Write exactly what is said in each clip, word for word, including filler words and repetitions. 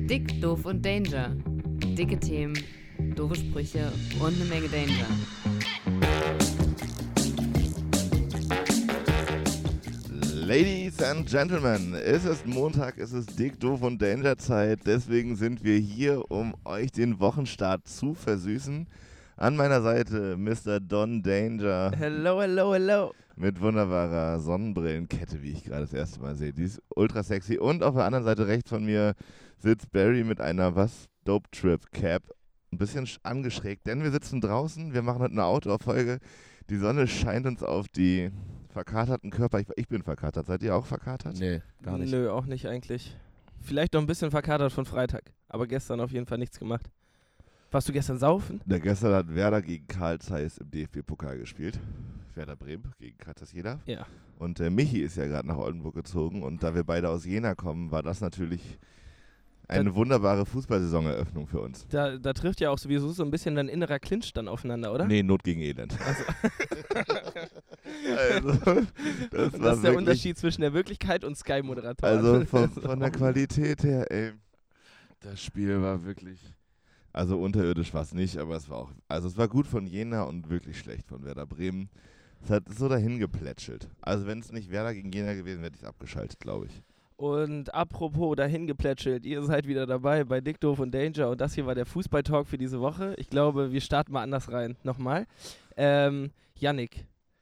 Dick, doof und Danger. Dicke Themen, doofe Sprüche und eine Menge Danger. Ladies and Gentlemen, es ist Montag, es ist Dick, doof und Danger Zeit. Deswegen sind wir hier, um euch den Wochenstart zu versüßen. An meiner Seite Mister Don Danger. Hello, hello, hello. Mit wunderbarer Sonnenbrillenkette, wie ich gerade das erste Mal sehe. Die ist ultra sexy. Und auf der anderen Seite rechts von mir sitzt Barry mit einer, was? Dope Trip Cap. Ein bisschen sch- angeschrägt, denn wir sitzen draußen. Wir machen heute eine Outdoor-Folge. Die Sonne scheint uns auf die verkaterten Körper. Ich, ich bin verkatert. Seid ihr auch verkatert? Nee, gar nicht. Nö, auch nicht eigentlich. Vielleicht noch ein bisschen verkatert von Freitag, aber gestern auf jeden Fall nichts gemacht. Warst du gestern saufen? Der gestern hat Werder gegen Karl Zeiss im D F B-Pokal gespielt. Werder Bremen gegen Karl Zeiss Jena. Ja. Und äh, Michi ist ja gerade nach Oldenburg gezogen. Und da wir beide aus Jena kommen, war das natürlich eine Da- wunderbare Fußballsaisoneröffnung für uns. Da, da trifft ja auch sowieso so ein bisschen dein innerer Clinch dann aufeinander, oder? Nee, Not gegen Elend. Also, Also, das, das war ist der wirklich, Unterschied zwischen der Wirklichkeit und Sky-Moderator. Also von, von der Qualität her, ey, das Spiel war wirklich, also unterirdisch war es nicht, aber es war auch, also es war gut von Jena und wirklich schlecht von Werder Bremen. Es hat so dahin geplätschelt. Also wenn es nicht Werder gegen Jena gewesen wäre, hätte ich es abgeschaltet, glaube ich. Und apropos dahin geplätschelt, ihr seid wieder dabei bei Dick, doof und Danger und das hier war der Fußball-Talk für diese Woche. Ich glaube, wir starten mal anders rein. Nochmal. Ähm, Yannick,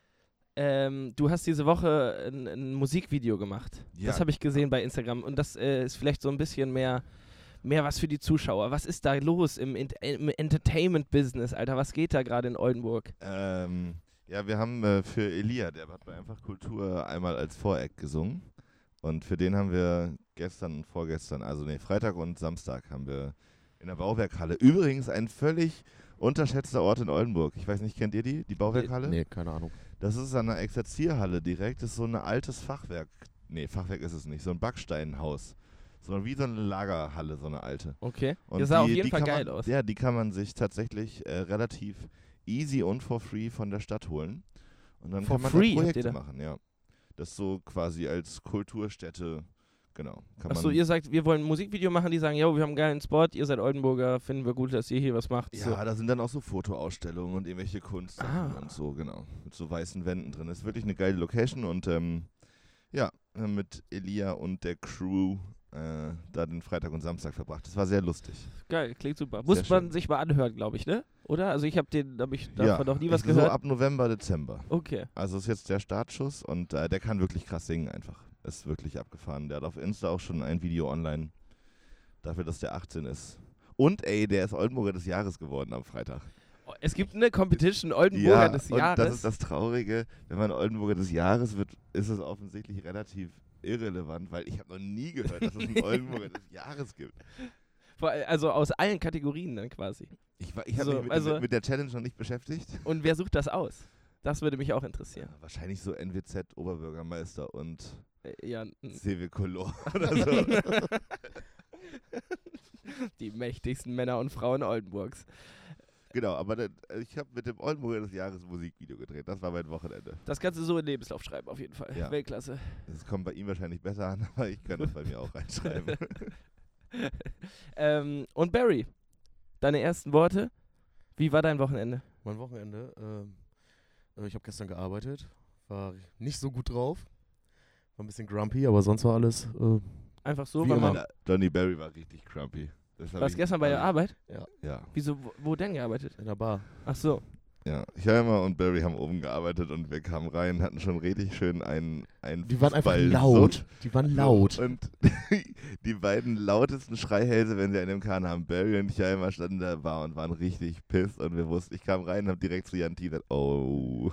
ähm, du hast diese Woche ein, ein Musikvideo gemacht. Ja. Das habe ich gesehen bei Instagram und das äh, ist vielleicht so ein bisschen mehr, mehr was für die Zuschauer. Was ist da los im, Ent- im Entertainment-Business, Alter? Was geht da gerade in Oldenburg? Ähm, ja, wir haben äh, für Elia, der hat bei Einfach Kultur einmal als Voreck gesungen. Und für den haben wir gestern und vorgestern, also nee, Freitag und Samstag haben wir in der Bauwerkhalle. Übrigens ein völlig unterschätzter Ort in Oldenburg. Ich weiß nicht, kennt ihr die, die Bauwerkhalle? Nee, keine Ahnung. Das ist an der Exerzierhalle direkt. Das ist so ein altes Fachwerk. Nee, Fachwerk ist es nicht. So ein Backsteinhaus. So wie so eine Lagerhalle, so eine alte. Okay. Und Das sah auf die- jeden die Fall kann geil man, aus. Ja, die kann man sich tatsächlich äh, relativ easy und for free von der Stadt holen. Und dann For kann man free da habt ihr Projekte da? machen, ja. Das so quasi als Kulturstätte, genau. Kann Achso, man, ihr sagt, wir wollen ein Musikvideo machen, die sagen, jo, wir haben einen geilen Spot, ihr seid Oldenburger, finden wir gut, dass ihr hier was macht. ja, So. da sind dann auch so Fotoausstellungen und irgendwelche Kunstsachen Ah. und so, genau. Mit so weißen Wänden drin. Das ist wirklich eine geile Location und ähm, ja, wir haben mit Elia und der Crew äh, da den Freitag und Samstag verbracht. Das war sehr lustig. Geil, klingt super. Muss man schön. sich mal anhören, glaube ich, ne? Oder? Also ich habe den, habe ich ja, davon noch nie was ich- gehört. So ab November, Dezember. Okay. Also ist jetzt der Startschuss und äh, der kann wirklich krass singen einfach. Ist wirklich abgefahren. Der hat auf Insta auch schon ein Video online, dafür, dass der achtzehn ist. Und ey, der ist Oldenburger des Jahres geworden am Freitag. Oh, es gibt eine Competition Oldenburger des und Jahres. das ist das Traurige, wenn man Oldenburger des Jahres wird, ist es offensichtlich relativ irrelevant, weil ich habe noch nie gehört, dass es einen Oldenburger des Jahres gibt. Vor all- also aus allen Kategorien dann quasi. Ich, war- ich habe So, mich mit, also- dem- mit der Challenge noch nicht beschäftigt. Und wer sucht das aus? Das würde mich auch interessieren. Ja, wahrscheinlich so N W Z-Oberbürgermeister und Äh, ja, n- C W Color oder so. die mächtigsten Männer und Frauen Oldenburgs. Genau, aber dann, äh, ich habe mit dem Oldenburger des Jahres ein Musikvideo gedreht. Das war mein Wochenende. Das kannst du so in den Lebenslauf schreiben, auf jeden Fall. Ja. Weltklasse. Das kommt bei ihm wahrscheinlich besser an, aber ich kann das bei mir auch reinschreiben. ähm, und Barry, deine ersten Worte. Wie war dein Wochenende? Mein Wochenende, ähm, äh, ich habe gestern gearbeitet, war nicht so gut drauf, war ein bisschen grumpy, aber sonst war alles, äh, Einfach so, Wie weil immer. man. Donny Barry war richtig crumpy. Das hab Warst ich- gestern bei der hab Arbeit? ich- Ja. Wieso, wo, wo denn gearbeitet? in der Bar. Ach so. Ja, ich habe immer und Barry haben oben gearbeitet und wir kamen rein, hatten schon richtig schön einen, einen Die waren einfach Fußball- laut. Die waren laut. So, und die beiden lautesten Schreihälse, wenn sie einen im Kahn haben, Barry und Jaima standen da Bar und waren richtig pissed und wir wussten, ich kam rein und habe direkt zu Jan T gesagt, oh,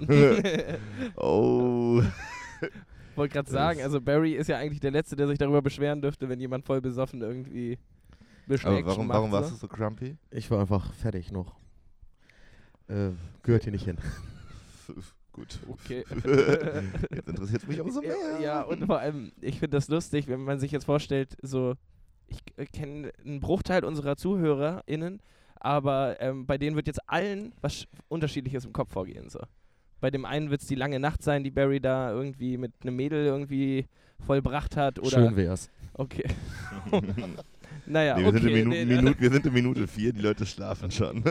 oh. Wollte gerade sagen, also Barry ist ja eigentlich der Letzte, der sich darüber beschweren dürfte, wenn jemand voll besoffen irgendwie Aber beschwägt warum, macht. warum warst so. du so crumpy? Ich war einfach fertig noch. Äh, gehört hier nicht hin. Gut. Okay. Jetzt interessiert es mich umso mehr. Ja, ja, und vor allem, ich finde das lustig, wenn man sich jetzt vorstellt, so, ich äh, kenne einen Bruchteil unserer ZuhörerInnen, aber ähm, bei denen wird jetzt allen was sch- Unterschiedliches im Kopf vorgehen. So. Bei dem einen wird es die lange Nacht sein, die Barry da irgendwie mit einem Mädel irgendwie vollbracht hat. Oder Schön wär's. Okay. Naja, Nee, wir, sind in okay. Minu nee, Minute, wir sind in Minute vier, die Leute schlafen schon.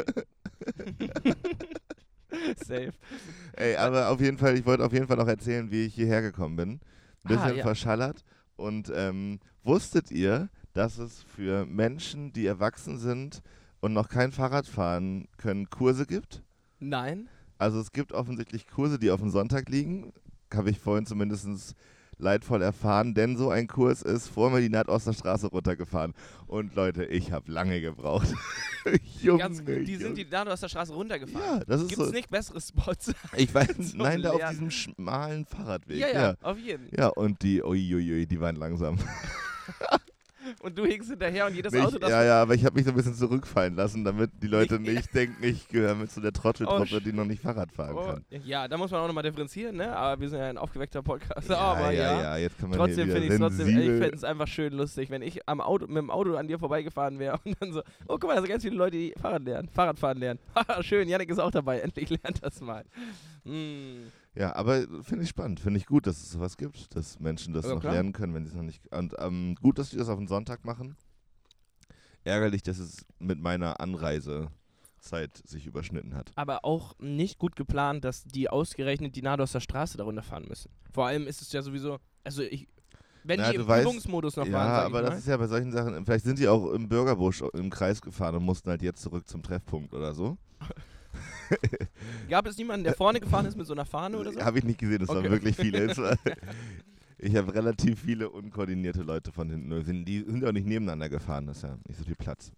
Safe. Ey, aber auf jeden Fall, ich wollte auf jeden Fall noch erzählen, wie ich hierher gekommen bin. Ein bisschen Ah, ja. verschallert. Und ähm, wusstet ihr, dass es für Menschen, die erwachsen sind und noch kein Fahrrad fahren können, Kurse gibt? Nein. Also es gibt offensichtlich Kurse, die auf dem Sonntag liegen. Habe ich vorhin zumindest leidvoll erfahren, denn so ein Kurs ist vor mir die Nordosterstraße runtergefahren. Und Leute, ich habe lange gebraucht. Junge, Ganz, die sind die da aus der Straße runtergefahren. Ja, das ist Gibt es so. nicht bessere Spots? Ich weiß, zum nein, da auf Lernen? diesem schmalen Fahrradweg. Ja, ja, ja. auf jeden. Ja, und die, uiuiui, die waren langsam. Und du hinkst hinterher und jedes Nicht, Auto, das ja, ja, aber ich habe mich so ein bisschen zurückfallen lassen, damit die Leute Nicht- nicht denken, ich gehöre mit zu der Trotteltruppe, Oh, die noch nicht Fahrrad fahren Oh, kann. ja, da muss man auch nochmal differenzieren, ne? Aber wir sind ja ein aufgeweckter Podcast. Ja, aber ja, ja. ja, jetzt kann man Trotzdem hier finde ich wieder es trotzdem, ich sensibel. fände es einfach schön lustig, wenn ich am Auto, mit dem Auto an dir vorbeigefahren wäre und dann so, oh guck mal, da sind ganz viele Leute, die Fahrrad lernen, Fahrradfahren lernen. Haha, schön, Jannik ist auch dabei, endlich lernt das mal. Mm. Ja, aber finde ich spannend, finde ich gut, dass es sowas gibt, dass Menschen das Ja, noch klar. lernen können, wenn sie es noch nicht. Und ähm, gut, dass die das auf den Sonntag machen. Ärgerlich, dass es mit meiner Anreisezeit sich überschnitten hat. Aber auch nicht gut geplant, dass die ausgerechnet die Nahe aus der Straße darunter fahren müssen. Vor allem ist es ja sowieso, also ich, wenn Na, die du im weißt- Übungsmodus noch Ja, waren, sag aber ich das mal. ist ja bei solchen Sachen, vielleicht sind die auch im Bürgerbusch im Kreis gefahren und mussten halt jetzt zurück zum Treffpunkt oder so. Gab es niemanden, der vorne gefahren ist mit so einer Fahne oder so? Habe ich nicht gesehen, es Okay. waren wirklich viele. Es war, ich habe relativ viele unkoordinierte Leute von hinten. Die sind, die sind auch nicht nebeneinander gefahren, das ist ja nicht so viel Platz.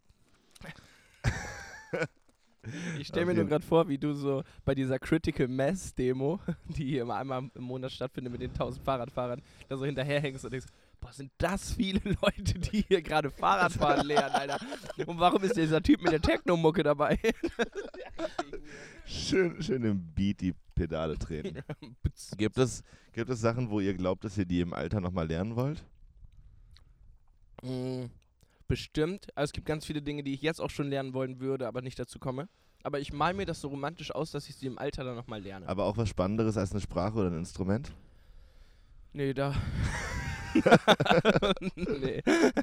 Ich stelle Auf mir nur jeden- gerade vor, wie du so bei dieser Critical Mass Demo, die hier immer einmal im Monat stattfindet mit den tausend Fahrradfahrern, da so hinterherhängst und denkst, boah, sind das viele Leute, die hier gerade Fahrradfahren lernen, Alter. Und warum ist dieser Typ mit der Techno-Mucke dabei? Schön, schön im Beat die Pedale treten. Gibt es, gibt es Sachen, wo ihr glaubt, dass ihr die im Alter nochmal lernen wollt? Mm, Bestimmt. Also es gibt ganz viele Dinge, die ich jetzt auch schon lernen wollen würde, aber nicht dazu komme. Aber ich mal mir das so romantisch aus, dass ich sie im Alter dann nochmal lerne. Aber auch was Spannenderes als eine Sprache oder ein Instrument? Nee, da. nee.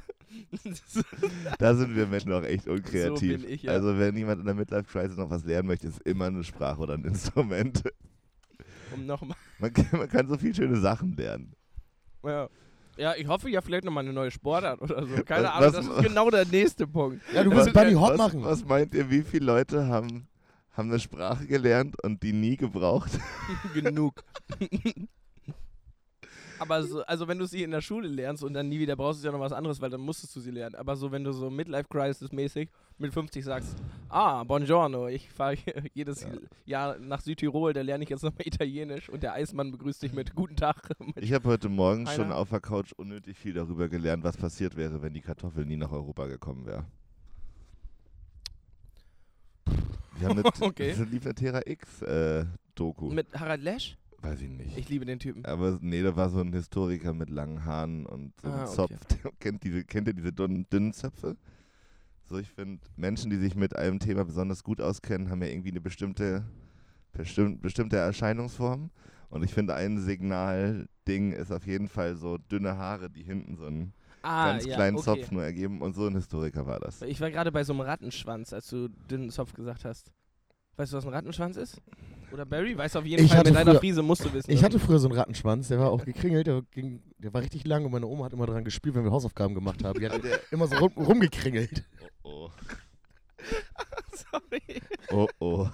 Da sind wir Menschen auch echt unkreativ. So bin ich, ja. Also wenn jemand in der Midlife-Crisis noch was lernen möchte, ist immer eine Sprache oder ein Instrument. Um nochmal. Man kann, man kann so viele schöne Sachen lernen. Ja. ja, ich hoffe ja vielleicht nochmal eine neue Sportart oder so. Keine Was- Ahnung, was- das ist genau der nächste Punkt. Ja, du Das musst ist Bunny ja- Hop was, machen. was meint ihr, wie viele Leute haben, haben eine Sprache gelernt und die nie gebraucht? Genug. Aber so, also wenn du sie in der Schule lernst und dann nie wieder brauchst, ist ja noch was anderes, weil dann musstest du sie lernen. Aber so, wenn du so Midlife-Crisis-mäßig mit fünfzig sagst, ah, buongiorno, ich fahre jedes Ja. Jahr nach Südtirol, da lerne ich jetzt nochmal Italienisch und der Eismann begrüßt dich mit Guten Tag. Ich habe heute Morgen schon Einer? auf der Couch unnötig viel darüber gelernt, was passiert wäre, wenn die Kartoffel nie nach Europa gekommen wäre. Wir haben eine, Okay. das lief eine Terra X-Doku. Mit Harald Lesch? Weiß ich nicht. Ich liebe den Typen. Aber nee, da war so ein Historiker mit langen Haaren und so einem Ah, okay. Zopf. Der kennt, diese, kennt ihr diese dünnen, dünnen Zöpfe? So, ich finde, Menschen, die sich mit einem Thema besonders gut auskennen, haben ja irgendwie eine bestimmte, bestimmt, bestimmte Erscheinungsform. Und ich finde, ein Signalding ist auf jeden Fall so dünne Haare, die hinten so einen Ah, ganz ja, kleinen okay. Zopf nur ergeben. Und so ein Historiker war das. Ich war gerade bei so einem Rattenschwanz, als du dünnen Zopf gesagt hast. Weißt du, was ein Rattenschwanz ist? Oder Barry? Weißt du auf jeden Ich Fall, hatte mit deiner früher- Frise musst du wissen. Ich oder? hatte früher so einen Rattenschwanz, der war auch gekringelt, der, ging, der war richtig lang und meine Oma hat immer dran gespielt, wenn wir Hausaufgaben gemacht haben. Die hat immer so rum, rumgekringelt. Oh, Sorry. oh. Oh, oh.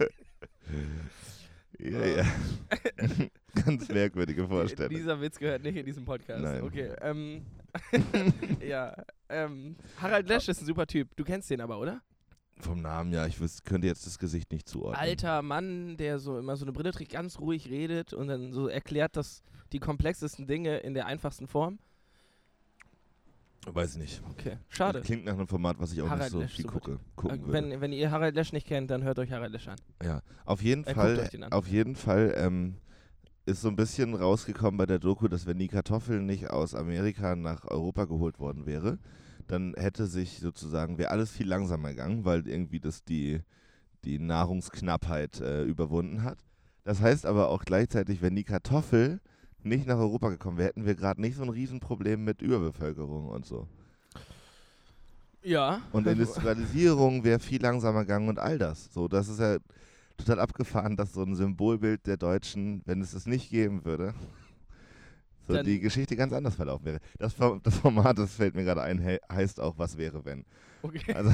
ja, ja. Ganz merkwürdige Vorstellung. Dieser Witz gehört nicht in diesem Podcast. Nein. Okay, ähm. ja, ähm. Harald Lesch ist ein super Typ. Du kennst den aber, oder? Vom Namen, ja, ich wüs- könnte jetzt das Gesicht nicht zuordnen. Alter Mann, der so immer so eine Brille trägt, ganz ruhig redet und dann so erklärt, dass die komplexesten Dinge in der einfachsten Form. Weiß nicht. Okay, schade. Das klingt nach einem Format, was ich auch Harald nicht so Lesch, viel super gucke, gucken Äh, würde. wenn, wenn ihr Harald Lesch nicht kennt, dann hört euch Harald Lesch an. Ja, auf jeden Äh, guckt Fall, euch den an. auf jeden Fall ähm, ist so ein bisschen rausgekommen bei der Doku, dass wenn die Kartoffel nicht aus Amerika nach Europa geholt worden wäre, dann hätte sich sozusagen, wäre alles viel langsamer gegangen, weil irgendwie das die, die Nahrungsknappheit äh, überwunden hat. Das heißt aber auch gleichzeitig, wenn die Kartoffel nicht nach Europa gekommen wäre, hätten wir gerade nicht so ein Riesenproblem mit Überbevölkerung und so. Ja. Und Industrialisierung wäre viel langsamer gegangen und all das. So, das ist ja total abgefahren, dass so ein Symbolbild der Deutschen, wenn es es nicht geben würde, so Dann- die Geschichte ganz anders verlaufen wäre. Das, Form- das Format, das fällt mir gerade ein, he heißt auch Was wäre wenn. Okay. Also,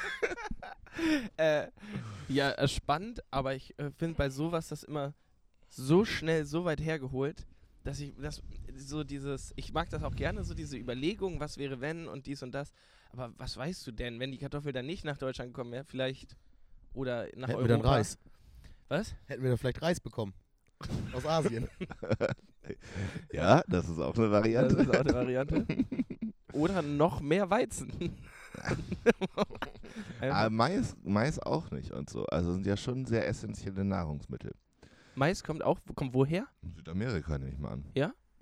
äh, ja, äh, spannend, aber ich äh, finde bei sowas das immer so schnell, so weit hergeholt, dass ich das so dieses, ich mag das auch gerne, so diese Überlegung, was wäre wenn und dies und das. Aber was weißt du denn, wenn die Kartoffel dann nicht nach Deutschland gekommen wäre, vielleicht oder nach Hätten Europa? wir dann Reis. Was? Hätten wir dann vielleicht Reis bekommen. Aus Asien. ja, das ist auch eine Das Variante. ist auch eine Variante. Oder noch mehr Weizen. Aber Einfach- Mais, Mais auch nicht und so. Also sind ja schon sehr essentielle Nahrungsmittel. Mais kommt auch, kommt woher? In Südamerika nehme ich mal an.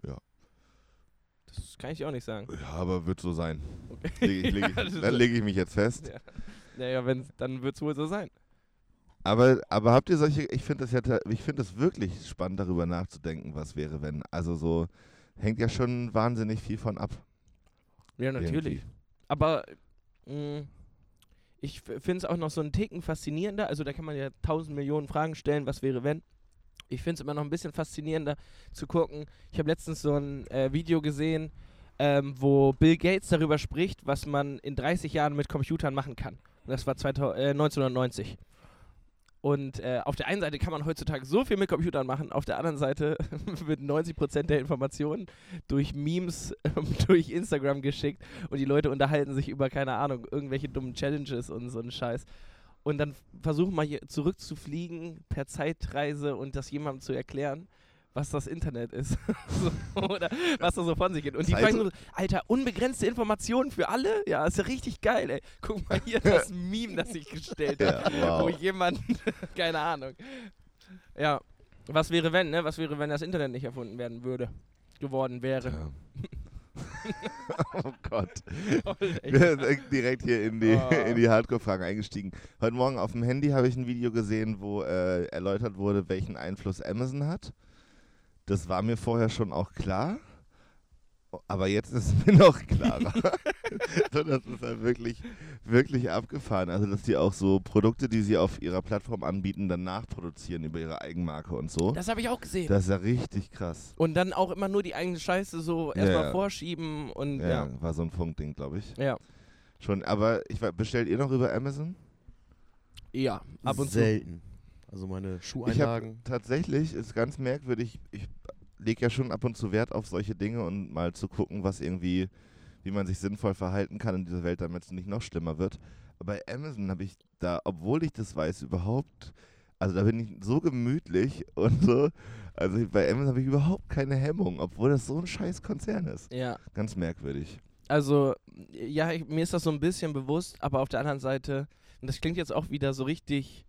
Das kann ich dir auch nicht sagen. Ja, aber wird so sein. Okay. Leg ich, leg Ja, ich, das ist dann so. lege ich mich jetzt fest. Ja. Naja, wenn, dann wird es wohl so sein. Aber, aber habt ihr solche, ich finde das ja, ta- ich finde es wirklich spannend, darüber nachzudenken, was wäre, wenn. Also so, hängt ja schon wahnsinnig viel von ab. Ja, natürlich. Aber mh, ich finde es auch noch so einen Ticken faszinierender. Also da kann man ja tausend Millionen Fragen stellen, was wäre wenn. Ich finde es immer noch ein bisschen faszinierender zu gucken. Ich habe letztens so ein äh, Video gesehen, ähm, wo Bill Gates darüber spricht, was man in dreißig Jahren mit Computern machen kann. Und das war zweitausend, äh, neunzehnhundertneunzig. Und äh, auf der einen Seite kann man heutzutage so viel mit Computern machen, auf der anderen Seite wird neunzig Prozent der Informationen durch Memes, ähm, durch Instagram geschickt und die Leute unterhalten sich über, keine Ahnung, irgendwelche dummen Challenges und so einen Scheiß. Und dann versuchen mal hier zurückzufliegen per Zeitreise und das jemandem zu erklären, was das Internet ist. so, oder was da so von sich geht. Und die Zeit- fragen so, Alter, unbegrenzte Informationen für alle? Ja, ist ja richtig geil, ey. Guck mal hier das Meme, das ich gestellt habe. Ja, Wo wow. jemand, keine Ahnung. Ja, was wäre wenn, ne? Was wäre, wenn das Internet nicht erfunden werden würde? Geworden wäre. Ja. oh Gott. Voll, echt. Wir sind direkt hier in die, Oh. in die Hardcore-Fragen eingestiegen. Heute Morgen auf dem Handy habe ich ein Video gesehen, wo äh, erläutert wurde, welchen Einfluss Amazon hat. Das war mir vorher schon auch klar, aber jetzt ist es mir noch klarer. so, das ist halt wirklich, wirklich abgefahren. Also, dass die auch so Produkte, die sie auf ihrer Plattform anbieten, dann nachproduzieren über ihre Eigenmarke und so. Das habe ich auch gesehen. Das ist ja richtig krass. Und dann auch immer nur die eigene Scheiße so erstmal ja. vorschieben und Ja, ja. war so ein Funkding, glaube ich. Ja. Schon, aber ich, wa- bestellt ihr noch über Amazon? Ja, ab und zu. Selten. Also meine Ich habe Schuheinlagen. tatsächlich, ist ganz merkwürdig, ich lege ja schon ab und zu Wert auf solche Dinge und mal zu gucken, was irgendwie, wie man sich sinnvoll verhalten kann in dieser Welt, damit es nicht noch schlimmer wird. Aber bei Amazon habe ich da, obwohl ich das weiß, überhaupt, also da bin ich so gemütlich und so, also bei Amazon habe ich überhaupt keine Hemmung, obwohl das so ein scheiß Konzern ist. Ja. Ganz merkwürdig. Also, ja, ich, mir ist das so ein bisschen bewusst, aber auf der anderen Seite, und das klingt jetzt auch wieder so richtig,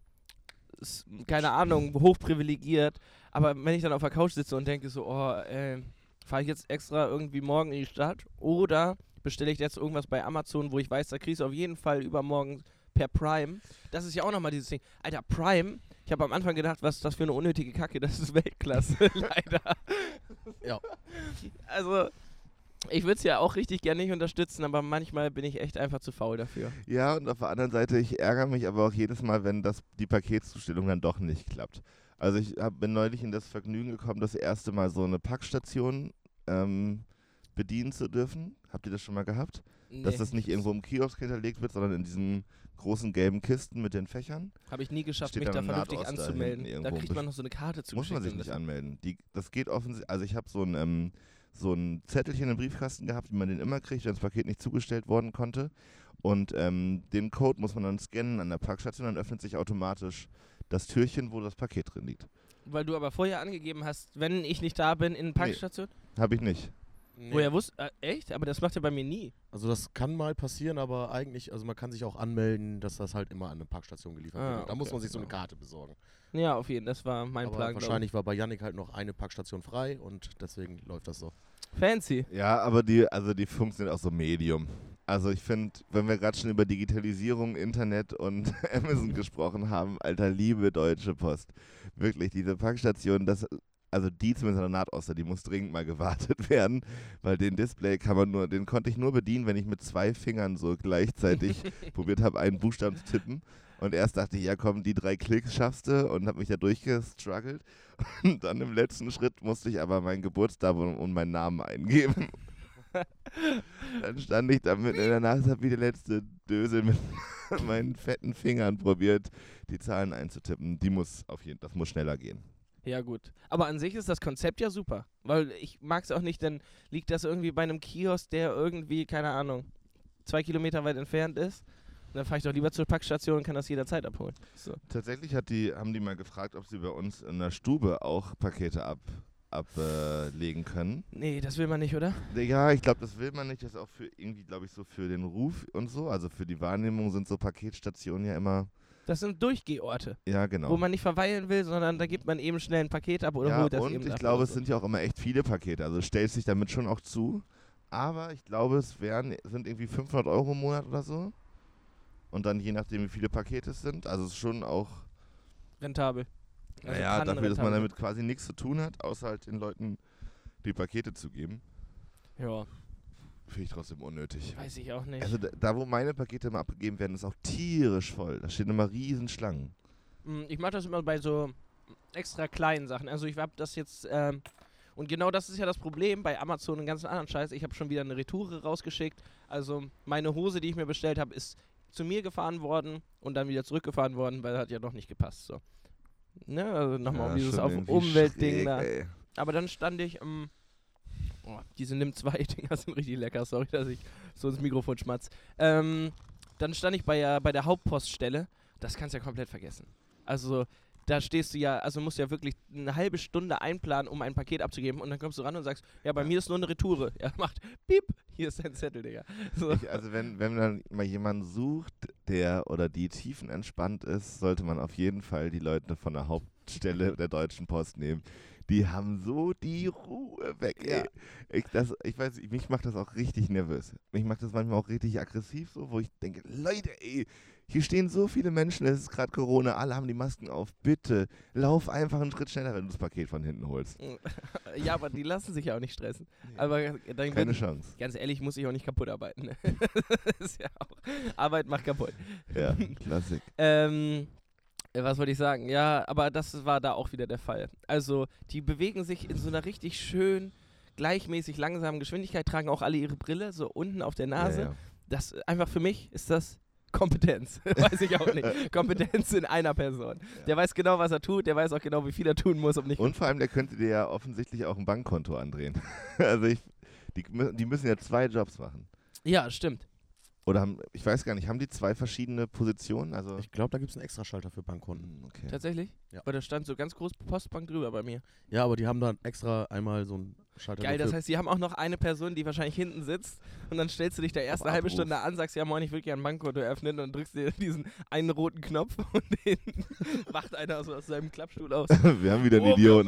s- keine Ahnung, hochprivilegiert, aber wenn ich dann auf der Couch sitze und denke so, oh, äh, fahre ich jetzt extra irgendwie morgen in die Stadt oder bestelle ich jetzt irgendwas bei Amazon, wo ich weiß, da kriegst du auf jeden Fall übermorgen per Prime. Das ist ja auch nochmal dieses Ding. Alter, Prime, ich habe am Anfang gedacht, was ist das für eine unnötige Kacke, das ist Weltklasse, leider. Ja. Also, ich würde es ja auch richtig gerne nicht unterstützen, aber manchmal bin ich echt einfach zu faul dafür. Ja, und auf der anderen Seite, ich ärgere mich aber auch jedes Mal, wenn das, die Paketzustellung dann doch nicht klappt. Also ich hab, bin neulich in das Vergnügen gekommen, das erste Mal so eine Packstation ähm, bedienen zu dürfen. Habt ihr das schon mal gehabt? Dass das nicht irgendwo im Kiosk hinterlegt wird, sondern in diesen großen gelben Kisten mit den Fächern. Habe ich nie geschafft, Steht mich dann da im vernünftig Nahost da anzumelden. hinten Da irgendwo. kriegt man noch so eine Karte zugeschickt. Muss man sich und nicht das- anmelden. Die, das geht offensichtlich, also ich habe so ein, ähm, so ein Zettelchen im Briefkasten gehabt, wie man den immer kriegt, wenn das Paket nicht zugestellt worden konnte. Und ähm, den Code muss man dann scannen an der Packstation, dann öffnet sich automatisch das Türchen, wo das Paket drin liegt. Weil du aber vorher angegeben hast, wenn ich nicht da bin in der Packstation. Habe ich nicht. Nee. Woher wusst äh, echt? Aber das macht er bei mir nie. Also das kann mal passieren, aber eigentlich, also man kann sich auch anmelden, dass das halt immer an eine Packstation geliefert Ah, wird. Und Da muss okay, man sich so eine genau. Karte besorgen. Ja, auf jeden Fall. Das war mein aber Plan. glaub ich. wahrscheinlich war bei Yannick halt noch eine Packstation frei und deswegen läuft das so. Fancy. Ja, aber die, also die funktioniert auch so Medium. Also ich finde, wenn wir gerade schon über Digitalisierung, Internet und Amazon gesprochen haben, alter, liebe Deutsche Post. Wirklich, diese Packstation, das also die zumindest an der Nahtoster, die muss dringend mal gewartet werden, weil den Display kann man nur, den konnte ich nur bedienen, wenn ich mit zwei Fingern so gleichzeitig probiert habe, einen Buchstaben zu tippen. Und erst dachte ich, ja komm, die drei Klicks schaffst du und habe mich da durchgestruggelt. Und dann im letzten Schritt musste ich aber mein Geburtsdatum und meinen Namen eingeben. Dann stand ich da mitten in der Nacht, habe wie der letzte Dösel mit meinen fetten Fingern probiert, die Zahlen einzutippen. Die muss auf jeden Fall, das muss schneller gehen. Ja gut, aber an sich ist das Konzept ja super, weil ich mag es auch nicht, dann liegt das irgendwie bei einem Kiosk, der irgendwie, keine Ahnung, zwei Kilometer weit entfernt ist. Und dann fahre ich doch lieber zur Packstation und kann das jederzeit abholen. So. Tatsächlich hat die, haben die mal gefragt, ob sie bei uns in der Stube auch Pakete ab, ablegen können. Nee, das will man nicht, oder? Ja, ich glaube, das will man nicht. Das ist auch für irgendwie, glaube ich, so für den Ruf und so. Also für die Wahrnehmung sind so Paketstationen ja immer. Das sind Durchgehorte, Ja, genau. wo man nicht verweilen will, sondern da gibt man eben schnell ein Paket ab oder ja, holt das und eben ich ab glaube, oder es so. sind ja auch immer echt viele Pakete. Also stellt sich damit schon auch zu. Aber ich glaube, es wären, sind irgendwie fünfhundert Euro im Monat oder so. Und dann je nachdem, wie viele Pakete es sind. Also es ist schon auch. rentabel. Also Naja, kann dafür, dass man rentabel damit quasi nichts zu tun hat, außer halt den Leuten die Pakete zu geben, sein. Ja, finde ich trotzdem unnötig. weiß ich auch nicht. Also da, da, wo meine Pakete immer abgegeben werden, ist auch tierisch voll. Da stehen immer riesen Schlangen. Mm, Ich mache das immer bei so extra kleinen Sachen. Also ich habe das jetzt, ähm, und genau das ist ja das Problem bei Amazon und ganzen anderen Scheiß. Ich habe schon wieder eine Retoure rausgeschickt. Also meine Hose, die ich mir bestellt habe, ist zu mir gefahren worden und dann wieder zurückgefahren worden, weil hat ja doch nicht gepasst. So. Ne? Also nochmal Ja, um dieses schon auf irgendwie Umweltding schräg, da. ey. Aber dann stand ich, ähm, oh, diese Nimm zwei Dinger sind richtig lecker, sorry, dass ich so ins Mikrofon schmatz. Ähm, dann stand ich bei, äh, bei der Hauptpoststelle, das kannst du ja komplett vergessen. Also da stehst du ja, also musst du ja wirklich eine halbe Stunde einplanen, um ein Paket abzugeben und dann kommst du ran und sagst, ja, bei Ja. mir ist nur eine Retoure. Ja, macht piep, hier ist dein Zettel, Digga. So. Ich, also wenn, wenn man mal jemanden sucht, der oder die tiefenentspannt ist, sollte man auf jeden Fall die Leute von der Hauptstelle der Deutschen Post nehmen. Die haben so die Ruhe weg, ey. Ja. Ich, das, ich weiß, mich macht das auch richtig nervös. Mich macht das manchmal auch richtig aggressiv, so, wo ich denke, Leute, ey, hier stehen so viele Menschen, es ist gerade Corona, alle haben die Masken auf. Bitte, lauf einfach einen Schritt schneller, wenn du das Paket von hinten holst. Ja, aber die lassen sich ja auch nicht stressen. Aber dann Keine würden- Chance. ganz ehrlich, muss ich auch nicht kaputt arbeiten. Ne? Das ist ja auch, Arbeit macht kaputt. Ja, Klassik. Ähm, äh, was wollte ich sagen? Ja, aber das war da auch wieder der Fall. Also, die bewegen sich in so einer richtig schön, gleichmäßig langsamen Geschwindigkeit, tragen auch alle ihre Brille so unten auf der Nase. Ja, ja. Das einfach für mich ist das Kompetenz. Weiß ich auch nicht. Kompetenz in einer Person. Der weiß genau, was er tut, der weiß auch genau, wie viel er tun muss, um nicht. Und vor allem, der könnte dir ja offensichtlich auch ein Bankkonto andrehen. Also ich, die, mü- die müssen ja zwei Jobs machen. Ja, stimmt. Oder haben, ich weiß gar nicht, haben die zwei verschiedene Positionen? Also Ich glaube, da gibt es einen Extraschalter für Bankkonten. Hm, okay. Tatsächlich? Ja. Weil da stand so ganz groß Postbank drüber bei mir. Ja, aber die haben dann extra einmal so einen Schalter. Geil, dafür. das heißt, sie haben auch noch eine Person, die wahrscheinlich hinten sitzt und dann stellst du dich da erst Auf eine halbe Abruf. Stunde an, sagst, ja moin, ich will gerne ein Bankkonto eröffnen und dann drückst du dir diesen einen roten Knopf und den wacht einer so aus seinem Klappstuhl aus. Wir haben wieder einen Idioten.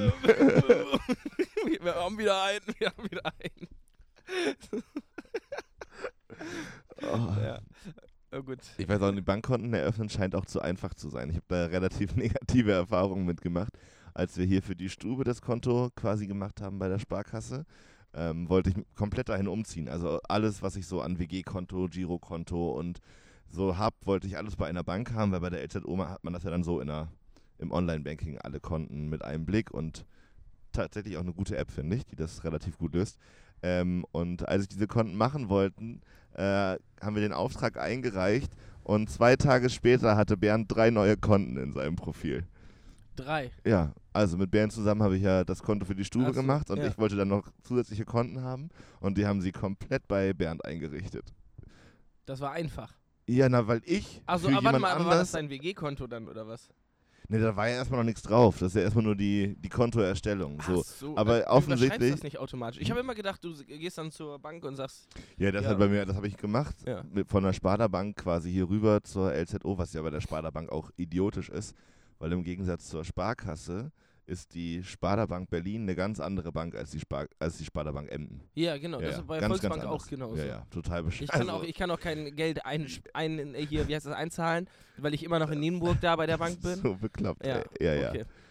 wir, wir haben wieder einen, wir haben wieder einen. Oh. Ja, oh, gut. Ich weiß auch, die Bankkonten eröffnen scheint auch zu einfach zu sein. Ich habe da relativ negative Erfahrungen mitgemacht. Als wir hier für die Stube das Konto quasi gemacht haben bei der Sparkasse, ähm, wollte ich komplett dahin umziehen. Also alles, was ich so an W G-Konto, Girokonto und so habe, wollte ich alles bei einer Bank haben, weil bei der L Z O hat man das ja dann so in der, im Online-Banking, alle Konten mit einem Blick und tatsächlich auch eine gute App, finde ich, die das relativ gut löst. Ähm, und als ich diese Konten machen wollten, äh, haben wir den Auftrag eingereicht und zwei Tage später hatte Bernd drei neue Konten in seinem Profil. Drei. Ja, also mit Bernd zusammen habe ich ja das Konto für die Stube Ach so, gemacht und ja. ich wollte dann noch zusätzliche Konten haben und die haben sie komplett bei Bernd eingerichtet. Das war einfach. Ja, na, weil ich Also, für aber warte jemand mal, aber war das anders... dein W G-Konto dann, oder was? Ne, da war ja erstmal noch nichts drauf. Das ist ja erstmal nur die, die Kontoerstellung. So. Ach so, aber äh, du offensichtlich- überschreibst das nicht automatisch. Ich habe immer gedacht, du s- gehst dann zur Bank und sagst, Ja, das Ja. hat bei mir, das habe ich gemacht. Ja. Mit, von der Sparda-Bank quasi hier rüber zur L Z O, was ja bei der Sparda-Bank auch idiotisch ist, weil im Gegensatz zur Sparkasse ist die Sparda-Bank Berlin eine ganz andere Bank als die, Spar als die Sparda-Bank Emden. ja genau, Ja, das ja, ist bei ganz, Volksbank ganz auch anders. genauso. Ja, ja, total bescheuert. Ich kann, auch, ich kann auch kein Geld ein, ein, hier, wie heißt das, einzahlen, weil ich immer noch in Nienburg da bei der Bank bin. So bekloppt, Ja, ey. Ja, ja. Okay.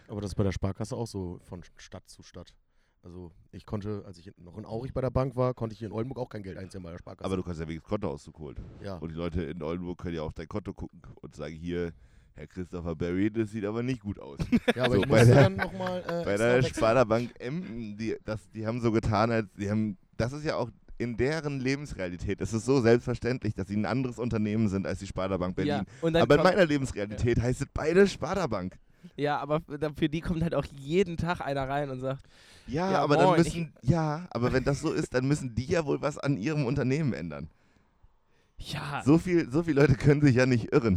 Aber das ist bei der Sparkasse auch so von Stadt zu Stadt. Also ich konnte, als ich noch in Aurich bei der Bank war, konnte ich hier in Oldenburg auch kein Geld einziehen bei der Sparkasse. Aber du kannst ja wegen des Kontoauszug holen. ja. Und die Leute in Oldenburg können ja auf dein Konto gucken und sagen, hier, Herr Christopher Barry, das sieht aber nicht gut aus. ja, aber so, ich bei musste der- dann nochmal äh, Bei der Sparda-Bank Emden, die, das, die haben so getan, als die haben, das ist ja auch in deren Lebensrealität, es ist so selbstverständlich, dass sie ein anderes Unternehmen sind als die Sparda-Bank Berlin. Ja, und dann Aber in kommt, meiner Lebensrealität heißt es beide Sparda-Bank. ja, aber f- für die kommt halt auch jeden Tag einer rein und sagt, Ja, Ja, aber dann moin, müssen, ja, aber wenn das so ist, dann müssen die ja wohl was an ihrem Unternehmen ändern. ja, So viel, so viele Leute können sich ja nicht irren.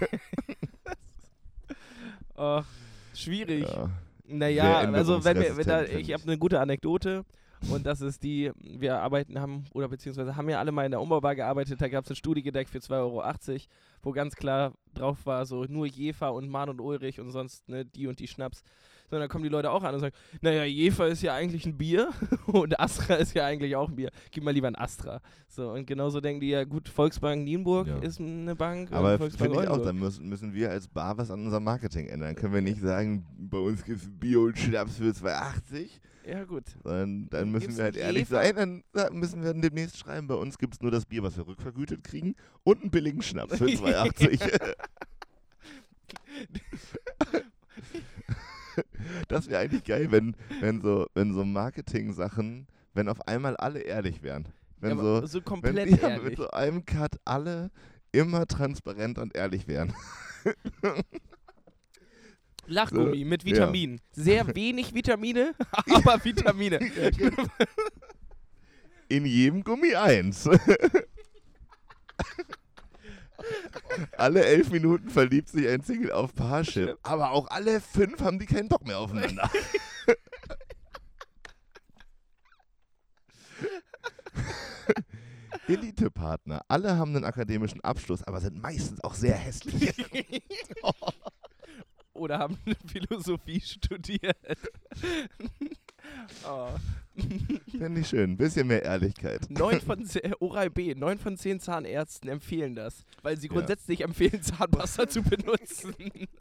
oh, schwierig. Ja. Naja, Sehr also wenn wir, wenn da, änderungsresistent, ich finde habe eine gute Anekdote und das ist die, wir arbeiten haben, oder beziehungsweise haben ja alle mal in der Umbaubar gearbeitet, da gab es ein Studiegedeck für zwei Euro achtzig, wo ganz klar drauf war, so nur Jefer und Mahn und Ulrich und sonst ne, die und die Schnaps. So, dann kommen die Leute auch an und sagen, naja, Jefer ist ja eigentlich ein Bier und Astra ist ja eigentlich auch ein Bier. Gib mal lieber ein Astra. So, und genauso denken die ja, gut, Volksbank Nienburg Ja. ist eine Bank. Aber und Volksbank finde ich auch, Oldenburg. dann müssen, müssen wir als Bar was an unserem Marketing ändern. Können wir nicht sagen, bei uns gibt es Bier und Schnaps für zwei achtzig, Ja, gut. sondern dann müssen Gibt's wir halt ehrlich Jefer? sein, dann sa- müssen wir dann demnächst schreiben, bei uns gibt es nur das Bier, was wir rückvergütet kriegen und einen billigen Schnaps für zwei achtzig. Das wäre eigentlich geil, wenn, wenn so, wenn so Marketing-Sachen, wenn auf einmal alle ehrlich wären. Wenn Ja, so, aber so wenn, komplett ja, ehrlich. mit so einem Cut alle immer transparent und ehrlich wären. Lachgummi So, mit ja. Vitaminen. Sehr wenig Vitamine, aber Vitamine. In jedem Gummi eins. Alle elf Minuten verliebt sich ein Single auf Parship. Aber auch alle fünf haben die keinen Bock mehr aufeinander. Elite-Partner. Alle haben einen akademischen Abschluss, aber sind meistens auch sehr hässlich. Oder haben Philosophie studiert. Oh. Finde ich schön. Ein bisschen mehr Ehrlichkeit. Neun von zehn, Oral B, neun von zehn Zahnärzten empfehlen das, weil sie Ja. grundsätzlich empfehlen, Zahnpasta zu benutzen.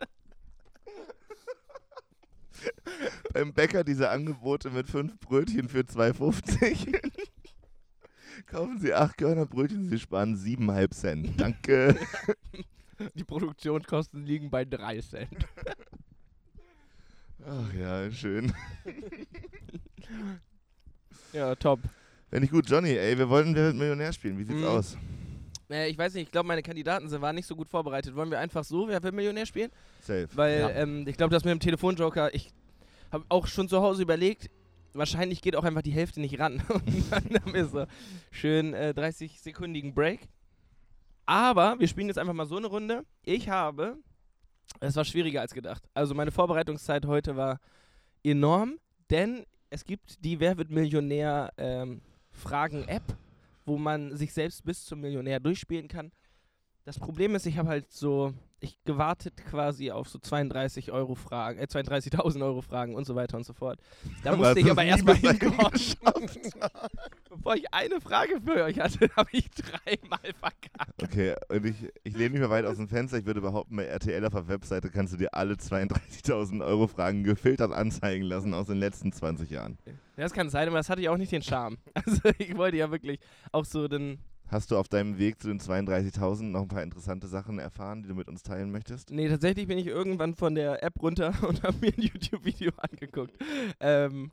Beim Bäcker diese Angebote mit fünf Brötchen für zwei fünfzig. Kaufen Sie acht Körnerbrötchen, Sie sparen siebeneinhalb Cent. Danke. Die Produktionskosten liegen bei drei Cent. Ach ja, schön. Ja, top. Finde ich gut. Johnny, ey, wir wollen Wer wird Millionär spielen. Wie sieht's Mhm. aus? Äh, ich weiß nicht, ich glaube, meine Kandidaten sind, waren nicht so gut vorbereitet. Wollen wir einfach so Wer will Millionär spielen? Safe. Weil Ja. ähm, ich glaube, das mit dem Telefonjoker, ich habe auch schon zu Hause überlegt, wahrscheinlich geht auch einfach die Hälfte nicht ran. Und dann haben wir so schön äh, dreißig-sekundigen Break. Aber wir spielen jetzt einfach mal so eine Runde. Ich habe, es war schwieriger als gedacht. Also meine Vorbereitungszeit heute war enorm, denn es gibt die Wer wird Millionär ähm, Fragen-App, wo man sich selbst bis zum Millionär durchspielen kann. Das Problem ist, ich habe halt so, ich gewartet quasi auf so zweiunddreißig Euro Fragen, äh, zweiunddreißigtausend Euro Fragen und so weiter und so fort. Da Aber musste hast ich du's aber nie erstmal bis dahin hinkommen. geschafft? Bevor ich eine Frage für euch hatte, habe ich dreimal verkackt. Okay, und ich, ich lehne mich mal weit aus dem Fenster. Ich würde behaupten, bei R T L auf der Webseite kannst du dir alle zweiunddreißigtausend Euro Fragen gefiltert anzeigen lassen aus den letzten zwanzig Jahren. Ja, das kann sein, aber das hatte ich auch nicht den Charme. Also ich wollte ja wirklich auch so den, Hast du auf deinem Weg zu den zweiunddreißigtausend noch ein paar interessante Sachen erfahren, die du mit uns teilen möchtest? nee, tatsächlich bin ich irgendwann von der App runter und habe mir ein YouTube-Video angeguckt. Ähm,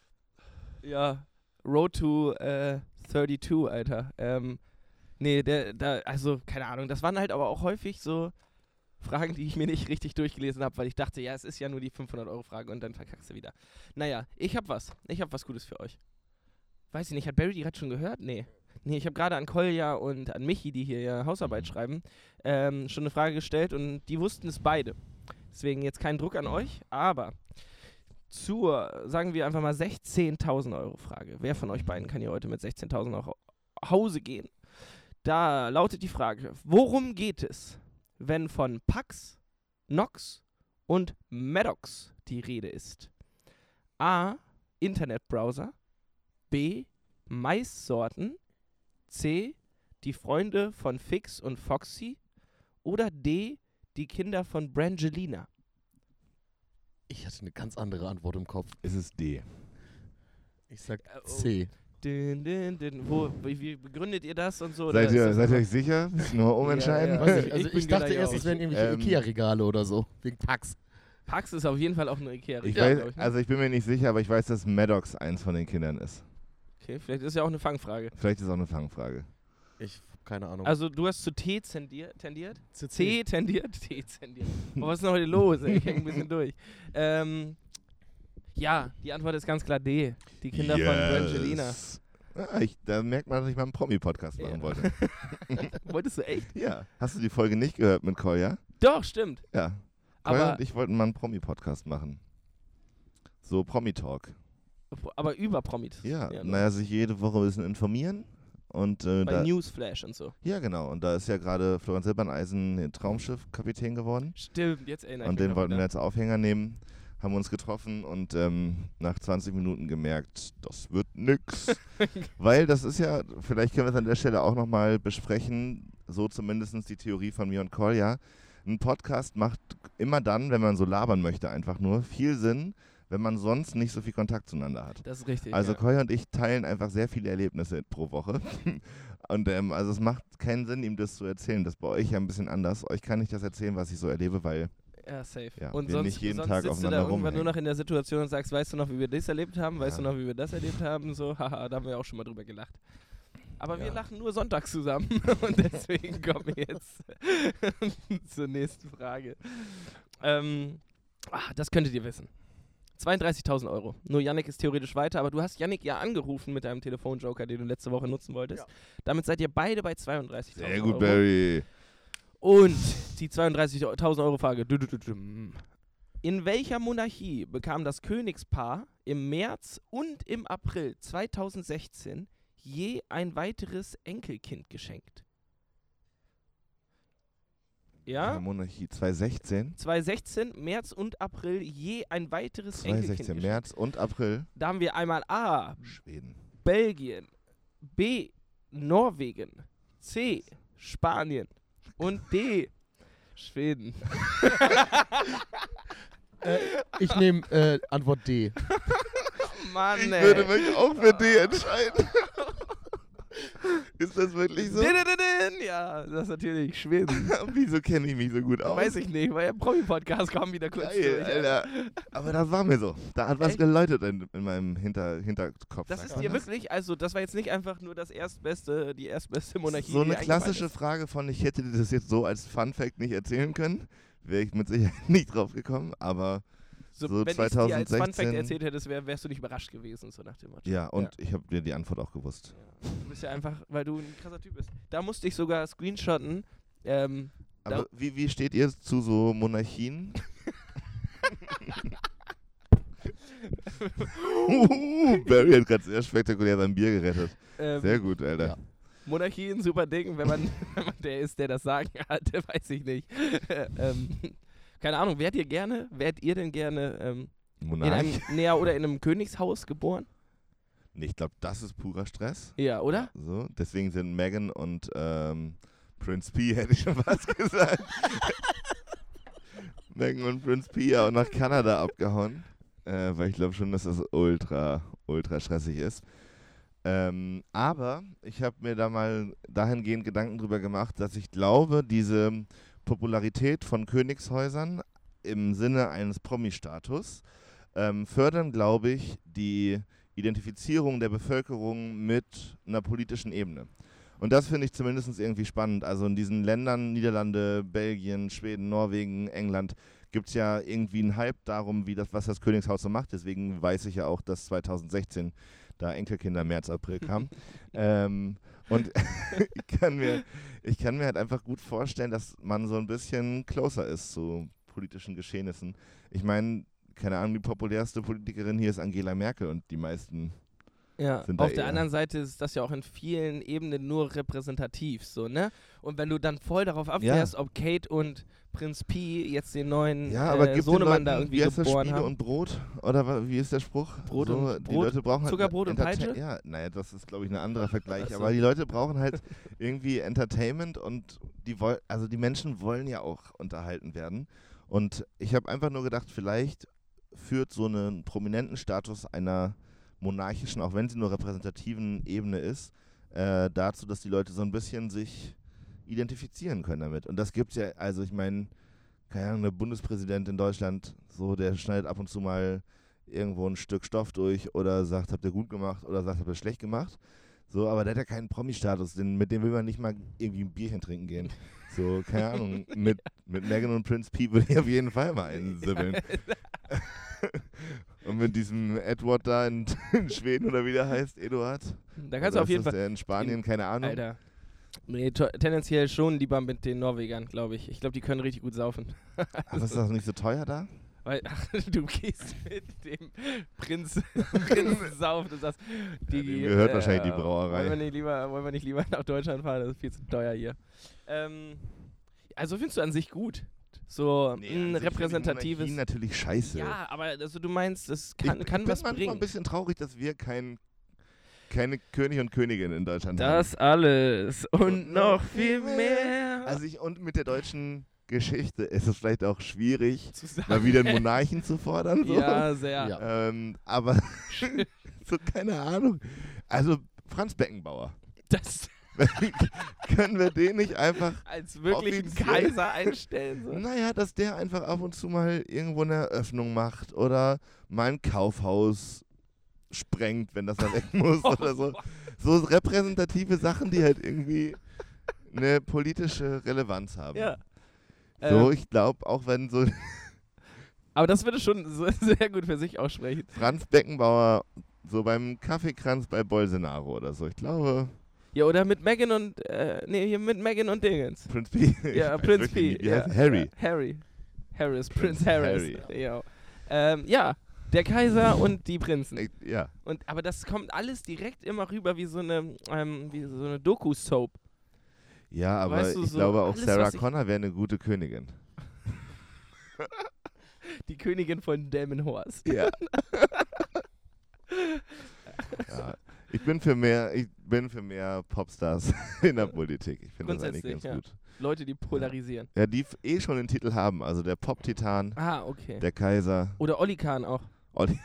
ja, Road to äh, zweiunddreißig, Alter. Ähm, nee, der, da, also, keine Ahnung, das waren halt aber auch häufig so Fragen, die ich mir nicht richtig durchgelesen habe, weil ich dachte, ja, es ist ja nur die fünfhundert-Euro-Frage und dann verkackst du wieder. Naja, ich hab was. Ich hab was Gutes für euch. Weiß ich nicht, hat Barry die gerade schon gehört? Nee. Nee, ich habe gerade an Kolja und an Michi, die hier ja Hausarbeit schreiben, ähm, schon eine Frage gestellt und die wussten es beide. Deswegen jetzt kein Druck an euch, aber zur, sagen wir einfach mal, sechzehntausend Euro Frage. Wer von euch beiden kann hier heute mit sechzehntausend nach Hause gehen? Da lautet die Frage, worum geht es, wenn von Pax, Nox und Maddox die Rede ist? A. Internetbrowser. B. Maissorten. C. Die Freunde von Fix und Foxy. Oder D. Die Kinder von Brangelina. Ich hatte eine ganz andere Antwort im Kopf. Ist es D? Ich sag Äh, oh. C. Din, din, din. Wo, wie, wie begründet ihr das und so? Seid Oder ihr, ist das seid ihr einfach- euch sicher? Nur umentscheiden? Ja, Weiß ich, also Ich ich, bin dachte gleich erst, auch. es wären irgendwelche Ähm, Ikea-Regale oder so. Wegen Pax. Pax ist auf jeden Fall auch eine Ikea. Ich Ja, weiß, glaub ich, ne? also ich bin mir nicht sicher, aber ich weiß, dass Maddox eins von den Kindern ist. Okay, vielleicht ist ja auch eine Fangfrage. Vielleicht ist es auch eine Fangfrage. Ich hab keine Ahnung. Also du hast zu T tendiert? tendiert? C. C tendiert? T tendiert. Oh, was ist denn heute los? Ey? Ich häng ein bisschen durch. Ähm, ja, die Antwort ist ganz klar D. Die Kinder von Brangelina. Ah, ich, da merkt man, dass ich mal einen Promi-Podcast machen Ja. wollte. Wolltest du echt? Ja. Hast du die Folge nicht gehört mit Kolja? Doch, stimmt. Ja. Kolja Aber, und ich wollten mal einen Promi-Podcast machen. So Promi-Talk. aber über Promis. Ja, ne? naja, sich jede Woche ein bisschen informieren. Und äh, Bei da, Newsflash und so. ja, genau. Und da ist ja gerade Florian Silbereisen Traumschiff-Kapitän geworden. Stimmt, jetzt erinnere ich Und mich den noch wollten wir wieder. als Aufhänger nehmen. Haben uns getroffen und ähm, nach zwanzig Minuten gemerkt, das wird nix. Weil das ist ja, vielleicht können wir es an der Stelle auch nochmal besprechen, so zumindest die Theorie von mir und Kolja. Ein Podcast macht immer dann, wenn man so labern möchte, einfach nur viel Sinn, wenn man sonst nicht so viel Kontakt zueinander hat. Das ist richtig. Also ja. Kolja und ich teilen einfach sehr viele Erlebnisse pro Woche. Und ähm, also es macht keinen Sinn, ihm das zu erzählen. Das ist bei euch ja ein bisschen anders. Euch kann ich das erzählen, was ich so erlebe, weil Ja, safe. Ja, und wir sonst, nicht jeden sonst Tag sitzt du da aufeinander irgendwann nur rumhängen. noch in der Situation und sagst, weißt du noch, wie wir das erlebt haben? Weißt Ja. du noch, wie wir das erlebt haben? So, haha, da haben wir auch schon mal drüber gelacht. Aber wir Ja. lachen nur sonntags zusammen und deswegen kommen wir jetzt zur nächsten Frage. Ähm, ah, das könntet ihr wissen. zweiunddreißigtausend Euro. Nur Yannick ist theoretisch weiter, aber du hast Yannick ja angerufen mit deinem Telefonjoker, den du letzte Woche nutzen wolltest. Ja. Damit seid ihr beide bei zweiunddreißigtausend sehr Euro. gut, Barry. Und die zweiunddreißigtausend Euro Frage. Dü- dü- dü- dü. In welcher Monarchie bekam das Königspaar im März und im April zweitausendsechzehn je ein weiteres Enkelkind geschenkt? Ja? Monarchie zweitausendsechzehn. zweitausendsechzehn, März und April je ein weiteres Enkelkind zweitausendsechzehn, geschenkt. März und April. Da haben wir einmal A, Schweden. Belgien, B, Norwegen, C, Spanien und D, Schweden. Äh, ich nehme äh, Antwort D. Mann, Ich ey. würde mich auch für D entscheiden. Ist das wirklich so? Didididin. Ja, das ist natürlich Schweden. Wieso kenne ich mich so gut aus? Weiß ich nicht, weil der Promi-Podcast kam wieder kurz Geil, durch. Alter. Aber das war mir so. Da hat was Echt? geläutet in, in meinem Hinter, Hinterkopf. Das Sagt ist man dir wirklich, also das war jetzt nicht einfach nur das erstbeste, die erstbeste Monarchie. So die eine eingefallen klassische ist. Frage von, ich hätte dir das jetzt so als Fun-Fact nicht erzählen können. Wäre ich mit Sicherheit nicht drauf gekommen, aber So, so wenn ich dir als zweitausendsechzehn Funfact erzählt hättest, wär, wärst du nicht überrascht gewesen, so nach dem Motto. ja, und ich habe dir die Antwort auch gewusst. Ja. Du bist ja einfach, weil du ein krasser Typ bist. Da musste ich sogar screenshotten. Ähm, Aber Da- wie, wie steht ihr zu so Monarchien? uh, Barry hat gerade sehr spektakulär sein Bier gerettet. ähm, Sehr gut, Alter. Ja. Monarchie ein super Ding, wenn man, wenn man der ist, der das sagen hat, weiß ich nicht. ähm, keine Ahnung, wärt ihr gerne, wärt ihr denn gerne ähm, in Monarch? einem, näher oder in einem Königshaus geboren? Nee, ich glaube, das ist purer Stress. Ja, oder? So, deswegen sind Meghan und ähm, Prince P, hätte ich schon fast gesagt. Meghan und Prince P ja auch nach Kanada abgehauen. Äh, weil ich glaube schon, dass das ultra, ultra stressig ist. Ähm, aber ich habe mir da mal dahingehend Gedanken drüber gemacht, dass ich glaube, diese Popularität von Königshäusern im Sinne eines Promi-Status ähm, fördern, glaube ich, die Identifizierung der Bevölkerung mit einer politischen Ebene. Und das finde ich zumindest irgendwie spannend. Also in diesen Ländern, Niederlande, Belgien, Schweden, Norwegen, England, gibt es ja irgendwie einen Hype darum, wie das, was das Königshaus so macht. Deswegen weiß ich ja auch, dass zweitausendsechzehn da Enkelkinder März, April kamen. ähm, und ich, kann mir, ich kann mir halt einfach gut vorstellen, dass man so ein bisschen closer ist zu politischen Geschehnissen. Ich meine, keine Ahnung, die populärste Politikerin hier ist Angela Merkel und die meisten Ja, sind auf da der eher- anderen Seite ist das ja auch in vielen Ebenen nur repräsentativ, so, ne? Und wenn du dann voll darauf abfährst, ob Kate und Prinz P jetzt den neuen Ja, aber äh, gibt den Sohnemann Leuten, da irgendwie wie heißt das, geboren Spiele haben. und Brot? Oder wa- wie ist der Spruch? Brot so, und- die Brot, Leute brauchen halt Zuckerbrot und Entertain- Peitsche? Ja, naja, das ist, glaube ich, ein anderer Vergleich. Ach so. Aber die Leute brauchen halt irgendwie Entertainment und die woll also die Menschen wollen ja auch unterhalten werden. Und ich habe einfach nur gedacht, vielleicht führt so einen prominenten Status einer monarchischen, auch wenn sie nur repräsentativen Ebene ist, äh, dazu, dass die Leute so ein bisschen sich identifizieren können damit. Und das gibt's ja, also ich meine, keine Ahnung, der Bundespräsident in Deutschland, so, der schneidet ab und zu mal irgendwo ein Stück Stoff durch oder sagt, habt ihr gut gemacht oder sagt, habt ihr schlecht gemacht. So, aber der hat ja keinen Promi-Status, den, mit dem will man nicht mal irgendwie ein Bierchen trinken gehen. So, keine Ahnung, mit, mit Meghan und Prince Pete würde ich auf jeden Fall mal einsibbeln. Und mit diesem Edward da in, in Schweden oder wie der heißt, Eduard. Da kannst du auf jeden Fall. Der in Spanien, keine Ahnung. Alter. Nee, to- tendenziell schon lieber mit den Norwegern, glaube ich. Ich glaube, die können richtig gut saufen. Aber ist das nicht so teuer da? Weil, ach, du gehst mit dem Prinz, Prinz saufen und sagst, die, Ja, dem gehört wahrscheinlich die Brauerei. Wollen wir, nicht lieber, wollen wir nicht lieber nach Deutschland fahren? Das ist viel zu teuer hier. Ähm, also findest du an sich gut. So Nee, ein an sich repräsentatives. finde ich die Monarchie natürlich scheiße. Ja, aber also du meinst, das kann, ich, kann ich was bin manchmal bringen. ein bisschen traurig, dass wir kein, keine König und Königin in Deutschland haben. Das alles und, Und noch viel mehr. Also ich, und mit der deutschen Geschichte ist es vielleicht auch schwierig, zu sagen. mal wieder einen Monarchen zu fordern. So. Ja, sehr. Ja. Ähm, aber so, keine Ahnung. Also Franz Beckenbauer. Das Können wir den nicht einfach, als wirklichen Offiziell. Kaiser einstellen. So. naja, dass der einfach ab und zu mal irgendwo eine Eröffnung macht oder mal ein Kaufhaus sprengt, wenn das da weg muss oder so. So repräsentative Sachen, die halt irgendwie eine politische Relevanz haben. Ja. So, Ähm, ich glaube, auch wenn so aber das würde schon so sehr gut für sich aussprechen. Franz Beckenbauer so beim Kaffeekranz bei Bolsonaro oder so, ich glaube, Ja, oder mit Meghan und, äh, nee, hier mit Meghan und Dingens. Prinz P. Ja, Ich weiß Prinz wirklich P. nicht, Wie ja, heißt er? Harry. Ja, Harry. Harris, Prinz Prinz Harris. Harry. Ja. Ähm, ja, der Kaiser und die Prinzen. Ich- Ja, Und, aber das kommt alles direkt immer rüber wie so eine, ähm, wie so eine Doku-Soap. ja, aber Weißt du, ich so glaube auch alles, Sarah was ich- Connor wäre eine gute Königin. Die Königin von Delmenhorst. Ja. ja. Ich bin für mehr, ich bin für mehr Popstars in der Politik. Ich finde das eigentlich ganz Grundsätzlich, gut. Leute, die polarisieren. Ja, die f- eh schon den Titel haben. Also der Pop-Titan, Ah, okay. der Kaiser, Oder Olli Kahn auch. Olli.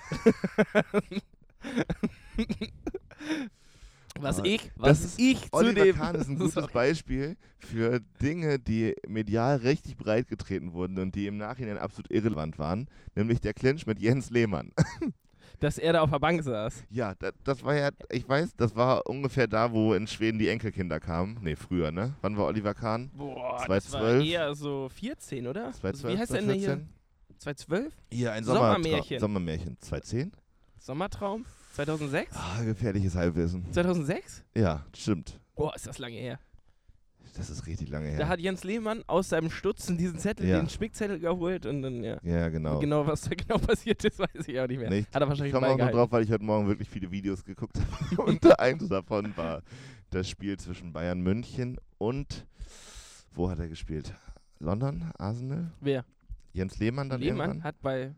Was Aber ich, was das ist- ich zu Oliver dem... Kahn ist ein gutes Sorry. Beispiel für Dinge, die medial richtig breit getreten wurden und die im Nachhinein absolut irrelevant waren. Nämlich der Clinch mit Jens Lehmann. Dass er da auf der Bank saß. Ja, das, das war ja, ich weiß, das war ungefähr da, wo in Schweden die Enkelkinder kamen. Nee, früher, ne? Wann war Oliver Kahn? Boah, das war zweitausendzwölf? eher so vierzehn, oder? zweitausendzwölf, Wie heißt der denn hier? zweitausendvierzehn? zweitausendzwölf? Hier, ein Sommermärchen. Sommermärchen. Sommermärchen. zweitausendzehn? Sommertraum? zweitausendsechs? Ah, gefährliches Halbwissen. zweitausendsechs? Ja, stimmt. Boah, ist das lange her. Das ist richtig lange her. Da hat Jens Lehmann aus seinem Stutzen diesen Zettel, Ja. den Spickzettel geholt und dann, ja. ja, genau. Genau, was da genau passiert ist, weiß ich auch nicht mehr. Nicht. Hat er Ich wahrscheinlich komme auch noch beigehalten. drauf, weil ich heute Morgen wirklich viele Videos geguckt habe. Und eins davon war das Spiel zwischen Bayern München und, wo hat er gespielt? London? Arsenal? Wer? Jens Lehmann dann Lehmann irgendwann? hat bei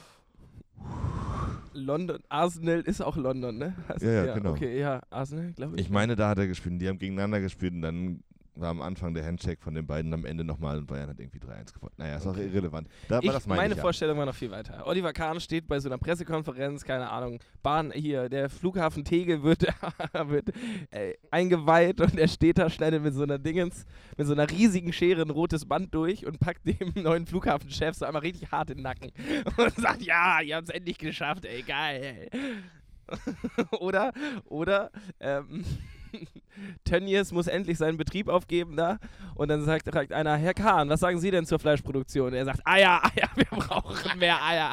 London, Arsenal ist auch London, ne? Hast- Ja, ja, genau. Okay, ja, Arsenal, glaube ich. Ich meine, da hat er gespielt. Die haben gegeneinander gespielt und dann war am Anfang der Handshake von den beiden, am Ende nochmal und Bayern hat irgendwie drei eins gewonnen. Naja, ist auch Okay. irrelevant. Da war Ich, das meine meine ich ja. Vorstellung war noch viel weiter. Oliver Kahn steht bei so einer Pressekonferenz, keine Ahnung, Bahn hier, der Flughafen Tegel wird, wird äh, eingeweiht und er steht da, schneidet mit so einer Dingens, mit so einer riesigen Schere ein rotes Band durch und packt dem neuen Flughafenchef so einmal richtig hart in den Nacken und sagt, ja, ihr habt es endlich geschafft, ey, geil. oder, oder, ähm, Tönnies muss endlich seinen Betrieb aufgeben da und dann sagt, sagt einer, Herr Kahn, was sagen Sie denn zur Fleischproduktion? Er sagt, Eier, Eier, wir brauchen mehr Eier.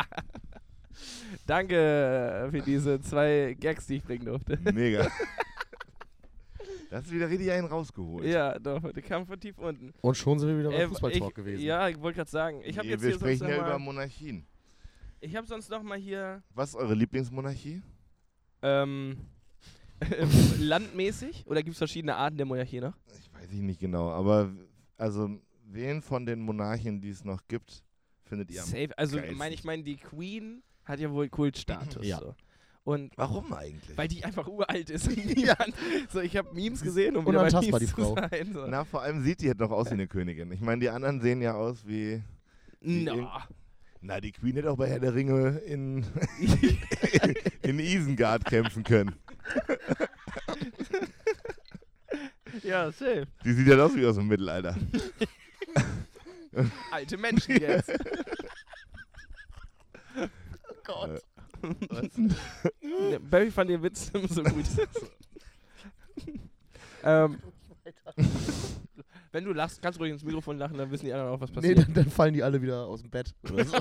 Danke für diese zwei Gags, die ich bringen durfte. Mega. Das ist wieder richtig einen rausgeholt. Ja, doch, der kam von tief unten. Und schon sind wir wieder beim Äh, Fußballtalk ich, gewesen. Ja, ich wollte gerade sagen, ich habe Nee, jetzt wir hier sonst sprechen noch ja über mal, Monarchien. ich habe sonst noch mal hier Was ist eure Lieblingsmonarchie? ähm, landmäßig oder gibt es verschiedene Arten der Monarchie noch? Ich weiß ich nicht genau, aber also wen von den Monarchen, die es noch gibt, findet ihr am Safe, also geilsten? meine ich meine, die Queen hat ja wohl Kultstatus. Ja. So. Und Warum eigentlich? weil die einfach uralt ist. Und niemand, so, ich habe Memes gesehen, um wieder bei unantastbar, Memes die Frau. zu sein. So. Na, vor allem sieht die halt noch aus wie eine Königin. Ich meine, die anderen sehen ja aus wie... wie No. irg- Na, die Queen hätte auch bei Herr der Ringe in, in Isengard kämpfen können. Ja, safe. Die sieht ja aus wie aus dem Mittelalter. Alte Menschen jetzt. Oh Gott. Ja, Barry fand den Witz so gut. ähm, wenn du lachst, kannst du ruhig ins Mikrofon lachen, dann wissen die anderen auch, was Nee, passiert. dann, dann fallen die alle wieder aus dem Bett. Oder so.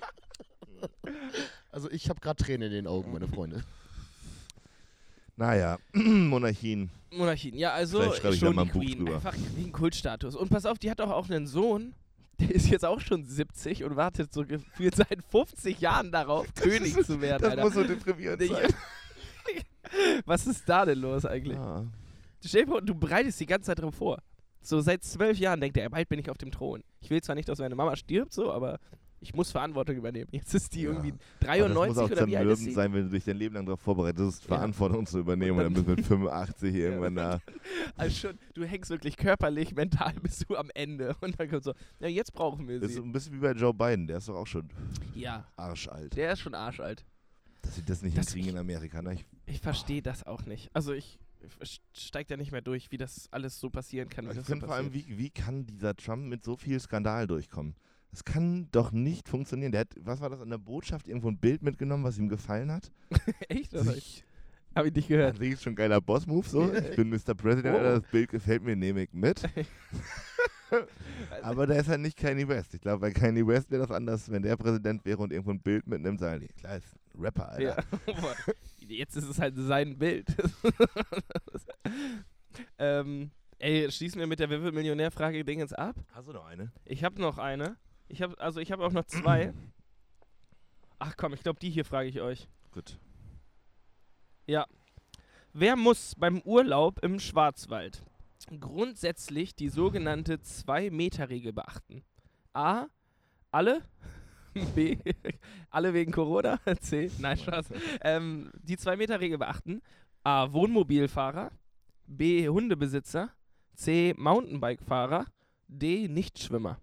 Also ich habe gerade Tränen in den Augen, meine Freunde. Naja, Monarchien. Monarchien, ja, also Vielleicht schreibe ich schon da mal die ein Buch Queen. drüber. Einfach wegen Kultstatus. Und pass auf, die hat doch auch einen Sohn, der ist jetzt auch schon siebzig und wartet so gefühlt seit fünfzig Jahren darauf, König zu werden, Das Alter. muss so deprimierend sein. Was ist da denn los eigentlich? Ja. Stell dir vor, du bereitest die ganze Zeit darauf vor. So seit zwölf Jahren denkt er, bald bin ich auf dem Thron. Ich will zwar nicht, dass meine Mama stirbt, so, aber ich muss Verantwortung übernehmen. Jetzt ist die Ja. irgendwie Aber dreiundneunzig das muss auch oder wie alt ist zermürbend sie? sein, wenn du dich dein Leben lang darauf vorbereitest, Ja. Verantwortung zu übernehmen und dann bist du mit fünfundachtzig irgendwann da. Also schon, du hängst wirklich körperlich, mental bist du am Ende. Und dann kommt so, ja, jetzt brauchen wir Das ist sie. so ein bisschen wie bei Joe Biden, der ist doch auch schon Ja, arschalt. der ist schon arschalt. Dass sie das nicht Das- hinkriegen in Amerika. Ne? Ich, Ich verstehe das auch nicht. Also ich, ich steig da nicht mehr durch, wie das alles so passieren kann. Wie ich das so finde vor allem, passiert. wie, wie kann dieser Trump mit so viel Skandal durchkommen? Das kann doch nicht funktionieren. Der hat, was war das, in der Botschaft irgendwo ein Bild mitgenommen, was ihm gefallen hat? Echt? Das hab ich, Ich, hab ich nicht an gehört. sich ist schon ein geiler Boss-Move so. Ich bin Mister President, Oh. Alter, das Bild gefällt mir, nehme ich mit. Aber der ist halt nicht Kanye West. Ich glaube, bei Kanye West wäre das anders, wenn der Präsident wäre und irgendwo ein Bild mitnimmt, sagen die, klar, ist ein Rapper, Alter. Ja. Jetzt ist es halt sein Bild. ähm, ey, schließen wir mit der Wer wird Millionär-Frage Dingens ab? Hast du noch eine? Ich habe noch eine. Ich habe also ich habe auch noch zwei. Ach komm, ich glaube, die hier frage ich euch. Gut. Wer muss beim Urlaub im Schwarzwald grundsätzlich die sogenannte zwei-Meter-Regel beachten? A. Alle? B. Alle wegen Corona? C. Nein, Spaß. Ähm, die zwei-Meter-Regel beachten. A. Wohnmobilfahrer. B. Hundebesitzer. C. Mountainbike-Fahrer. D. Nichtschwimmer.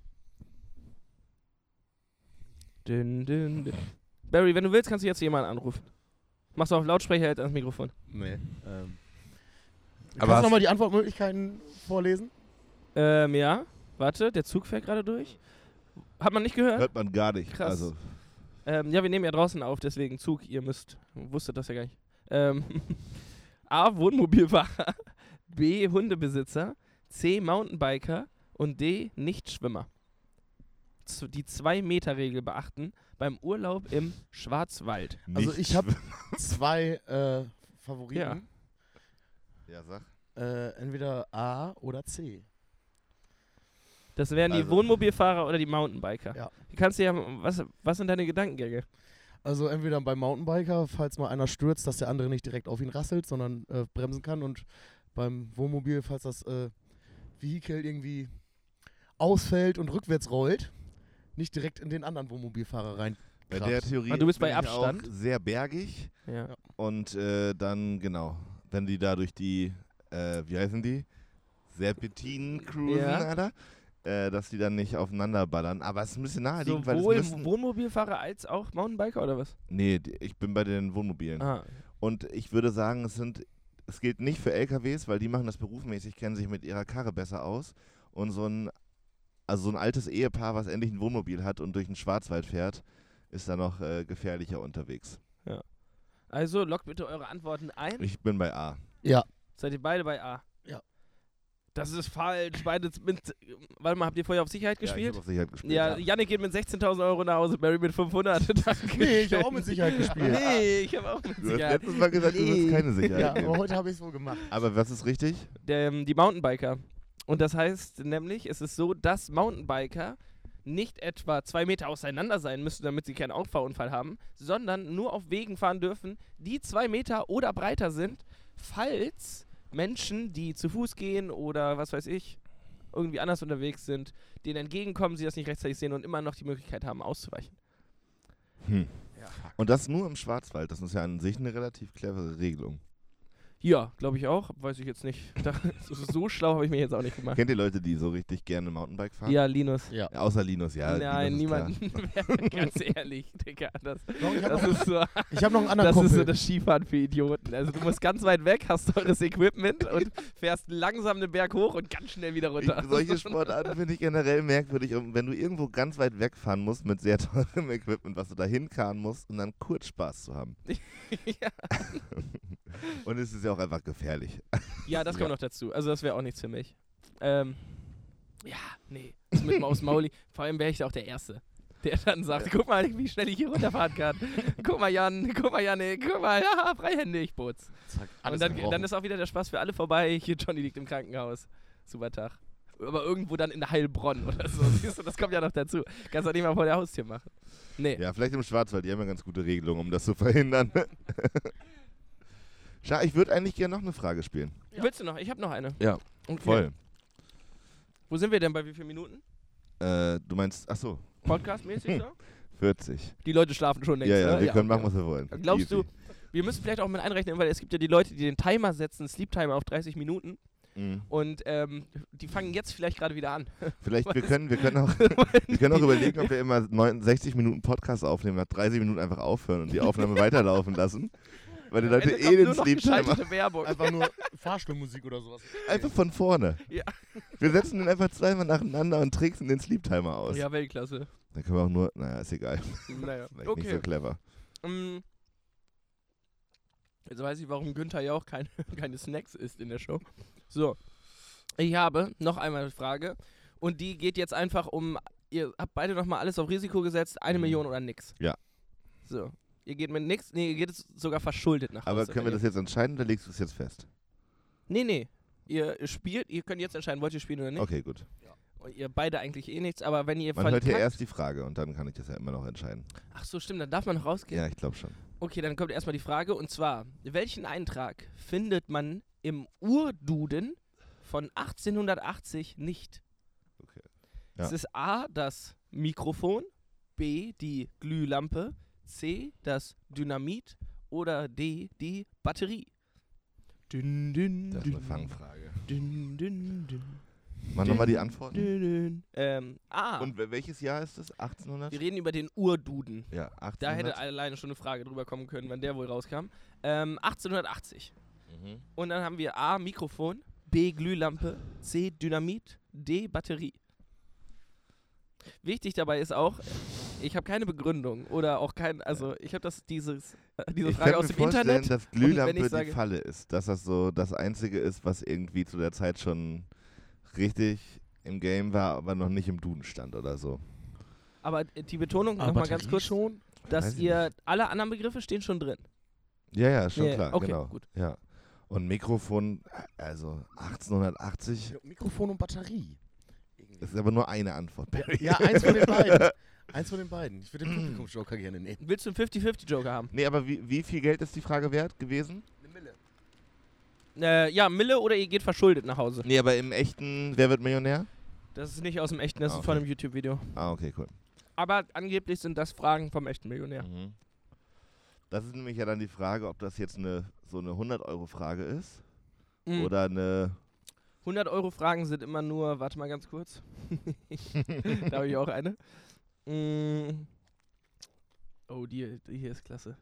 Dün, dün, dün. Barry, wenn du willst, kannst du jetzt jemanden anrufen. Machst du auf Lautsprecher jetzt ans Mikrofon. Nee. Ähm. Aber Kannst hast- du nochmal die Antwortmöglichkeiten vorlesen? Ähm, ja. Warte, der Zug fährt gerade durch. Hat man nicht gehört? Hört man gar nicht. Krass. Also, Ähm, ja, wir nehmen ja draußen auf, deswegen Zug. Ihr müsst. Wusstet das ja gar nicht. Ähm, A. Wohnmobilfahrer. B. Hundebesitzer. C. Mountainbiker. Und D. Nichtschwimmer. Z- Die zwei-Meter-Regel beachten beim Urlaub im Schwarzwald. Also nicht ich hab- schwimmen. Zwei äh, Favoriten. Ja, sag. Äh, entweder A oder C. Das wären die Also- Wohnmobilfahrer oder die Mountainbiker. Ja. Du kannst dir ja. Was, was sind deine Gedankengänge? Also entweder beim Mountainbiker, falls mal einer stürzt, dass der andere nicht direkt auf ihn rasselt, sondern äh, bremsen kann. Und beim Wohnmobil, falls das äh, Vehikel irgendwie ausfällt und rückwärts rollt, nicht direkt in den anderen Wohnmobilfahrer rein. Bei Krass. der Theorie Ah, du bist bin bei ich Abstand? auch sehr bergig Ja. und äh, dann, genau, wenn die da durch die, äh, wie heißen die? Serpentinen cruisen, Ja. Alter. Äh, dass die dann nicht aufeinander ballern. Aber es ist ein bisschen naheliegend, weil Sowohl es müssen... Wohnmobilfahrer als auch Mountainbiker oder was? Nee, die- ich bin bei den Wohnmobilen. Ah. Und ich würde sagen, es sind, es gilt nicht für L K Ws, weil die machen das berufsmäßig, kennen sich mit ihrer Karre besser aus. Und so ein, also so ein altes Ehepaar, was endlich ein Wohnmobil hat und durch den Schwarzwald fährt, ist da noch äh, gefährlicher unterwegs. Also loggt bitte eure Antworten ein. Ich bin bei A. Ja. Seid ihr beide bei A? Ja. Das ist falsch. Beide mit. Warte mal, habt ihr vorher auf Sicherheit Ja, ich gespielt? hab auf Sicherheit gespielt. Ja, Yannick geht mit sechzehntausend Euro nach Hause, Barry mit fünfhundert. Danke. Nee, ich habe auch mit Sicherheit gespielt. Nee, ich habe auch mit Du hast Sicherheit. letztes Mal gesagt, du Nee. willst keine Sicherheit Ja, nehmen. aber heute habe ich es wohl gemacht. Aber was ist richtig? Der, ähm, die Mountainbiker. Und das heißt nämlich, es ist so, dass Mountainbiker nicht etwa zwei Meter auseinander sein müssen, damit sie keinen Auffahrunfall haben, sondern nur auf Wegen fahren dürfen, die zwei Meter oder breiter sind, falls Menschen, die zu Fuß gehen oder was weiß ich, irgendwie anders unterwegs sind, denen entgegenkommen, sie das nicht rechtzeitig sehen und immer noch die Möglichkeit haben, auszuweichen. Hm. Ja. Und das nur im Schwarzwald. Das ist ja an sich eine relativ clevere Regelung. Ja, glaube ich auch. Weiß ich jetzt nicht. Da, so, so schlau habe ich mich jetzt auch nicht gemacht. Kennt ihr Leute, die so richtig gerne Mountainbike fahren? Ja, Linus. Ja. Ja, außer Linus, ja. Nein, Linus ist niemand. Ganz ehrlich, Digga. Das, Doch, ich habe das, noch, ist so, ich hab noch einen anderen das ist so Kumpel. das Skifahren für Idioten. Also du musst ganz weit weg, hast teures Equipment und fährst langsam den Berg hoch und ganz schnell wieder runter. Ich, solche Sportarten finde ich generell merkwürdig. Und wenn du irgendwo ganz weit wegfahren musst mit sehr teurem Equipment, was du da hinkarren musst, um dann kurz Spaß zu haben. ja. Und es ist ja auch einfach gefährlich. ja, das kommt Ja. noch dazu. Also das wäre auch nichts für mich. Ähm, ja, nee. Das mit Maus Mauli. Vor allem wäre ich da auch der Erste, der dann sagt, guck mal, wie schnell ich hier runterfahren kann. Guck mal, Jan, guck mal, Janik, guck mal, ja, freihändig, Putz. Zack, Und alles dann, gebrochen. dann ist auch wieder der Spaß für alle vorbei. Hier, Johnny liegt im Krankenhaus. Super Tag. Aber irgendwo dann in Heilbronn oder so. Siehst du, das kommt ja noch dazu. Kannst du nicht mal vor der Haustür machen. Nee. Ja, vielleicht im Schwarzwald, die haben ja ganz gute Regelungen, um das zu verhindern. Schau, ich würde eigentlich gerne noch eine Frage spielen. Willst du noch? Ich habe noch eine. Ja, Okay. voll. Wo sind wir denn? Bei wie vielen Minuten? Äh, du meinst, ach so, Podcast-mäßig so? vierzig. Die Leute schlafen schon längst. Ja, ja, ne? wir können okay. machen, was wir wollen. Glaubst Easy. du, wir müssen vielleicht auch mit einrechnen, weil es gibt ja die Leute, die den Timer setzen, Sleep-Timer auf dreißig Minuten Mhm. und ähm, die fangen jetzt vielleicht gerade wieder an. Vielleicht, wir können, wir können auch, wir können auch überlegen, ob wir immer neunundsechzig Minuten Podcast aufnehmen, nach dreißig Minuten einfach aufhören und die Aufnahme weiterlaufen lassen. Weil die Am Leute Ende eh kommt den nur noch Sleep-Timer. geschaltete Werbung. Einfach nur Fahrstuhlmusik oder sowas. Einfach von vorne. Ja. Wir setzen den einfach zweimal nacheinander und tricksen den Sleep-Timer aus. Ja, Weltklasse. Dann können wir auch nur, naja, ist egal. Naja, Vielleicht okay. nicht so clever. Mm. Jetzt weiß ich, warum Günther ja auch keine, keine Snacks isst in der Show. So, ich habe noch einmal eine Frage und die geht jetzt einfach um, ihr habt beide nochmal alles auf Risiko gesetzt, eine Mhm. Million oder nix. Ja. So, ihr geht mit nix, nee, ihr geht jetzt sogar verschuldet nach Hause. Aber können wir wenn das ihr, jetzt entscheiden oder legst du es jetzt fest? Nee, nee, ihr spielt, ihr könnt jetzt entscheiden, wollt ihr spielen oder nicht. Okay, gut. Und ihr beide eigentlich eh nichts, aber wenn ihr Man hört verkackt... ja erst die Frage und dann kann ich das ja immer noch entscheiden. Ach so, stimmt, dann darf man noch rausgehen. Ja, ich glaube schon. Okay, dann kommt erstmal die Frage und zwar, welchen Eintrag findet man im Urduden von achtzehnhundertachtzig nicht? Okay. Ja. Es ist A, das Mikrofon, B, die Glühlampe, C, das Dynamit oder D, die Batterie. Dün, dün, Das ist eine dün, Fangfrage. dün, dün, dün, Machen nochmal die Antworten. dün, dün. Ähm, A, Und wel- welches Jahr ist das? achtzehnhundert? wir reden über den Urduden. Ja, Da achtzehnhundert. hätte alleine schon eine Frage drüber kommen können, wann der wohl rauskam. Ähm, achtzehnhundertachtzig. Mhm. Und dann haben wir A, Mikrofon, B, Glühlampe, C, Dynamit, D, Batterie. Wichtig dabei ist auch, ich habe keine Begründung oder auch kein, also ich habe das dieses, äh, diese Ich Frage kann aus mir dem vorstellen, Internet. dass wenn ich Glühlampe sage- die Falle ist. Dass das so das Einzige ist, was irgendwie zu der Zeit schon richtig im Game war, aber noch nicht im Duden stand oder so. Aber äh, die Betonung Aber nochmal ganz Batterie kurz, schon? dass Weiß ich ihr, alle anderen Begriffe stehen schon drin. Ja, ja, schon Ja, klar, okay, genau. gut. Ja. Und Mikrofon, also achtzehnhundertachtzig, Ja, Mikrofon und Batterie. das ist aber nur eine Antwort, Barry. Ja, eins von den beiden. Eins von den beiden. Ich würde den Publikumsjoker gerne nehmen. Willst du einen fifty fifty Joker haben? Nee, aber wie, wie viel Geld ist die Frage wert gewesen? Eine Mille. Äh, ja, Mille oder ihr geht verschuldet nach Hause. Nee, aber im echten Wer wird Millionär? Das ist nicht aus dem echten, das Ah, ist von okay. einem YouTube-Video. Ah, okay, cool. Aber angeblich sind das Fragen vom echten Millionär. Mhm. Das ist nämlich ja dann die Frage, ob das jetzt eine so eine hundert-Euro-Frage ist Mhm. oder eine... hundert Euro Fragen sind immer nur, warte mal ganz kurz. Da habe ich auch eine. Mm. Oh, die, die hier ist klasse.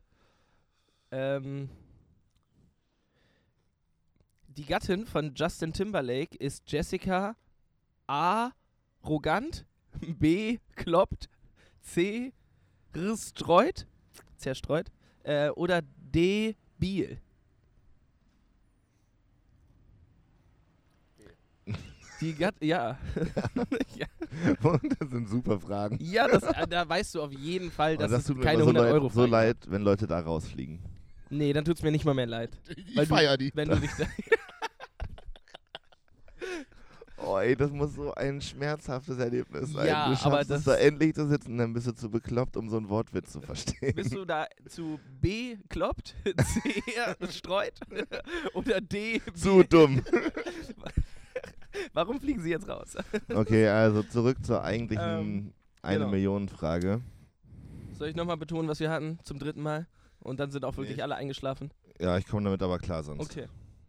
Ähm. Die Gattin von Justin Timberlake ist Jessica A. Arrogant, B. Kloppt, C. Rstreut, zerstreut, äh, oder D. Biel. Die Gat ja. ja. Und das sind super Fragen. Ja, das, äh, da weißt du auf jeden Fall, Aber dass das es tut mir keine immer so hundert leid, Euro so Frage leid, wenn Leute da rausfliegen. Nee, dann tut's mir nicht mal mehr leid. Ich Weil du- feier die. Wenn du dich da Oh ey, das muss so ein schmerzhaftes Erlebnis sein. Ja, du schaffst aber es das- da endlich zu sitzen, dann bist du zu bekloppt, um so einen Wortwitz zu verstehen. bist du da zu B kloppt, C streut oder D Zu dumm. Warum fliegen sie jetzt raus? Okay, also zurück zur eigentlichen Ähm, eine genau. Million Frage. Soll ich nochmal betonen, was wir hatten zum dritten Mal? Und dann sind auch wirklich Nee. alle eingeschlafen. Ja, ich komme damit aber klar sonst. Okay.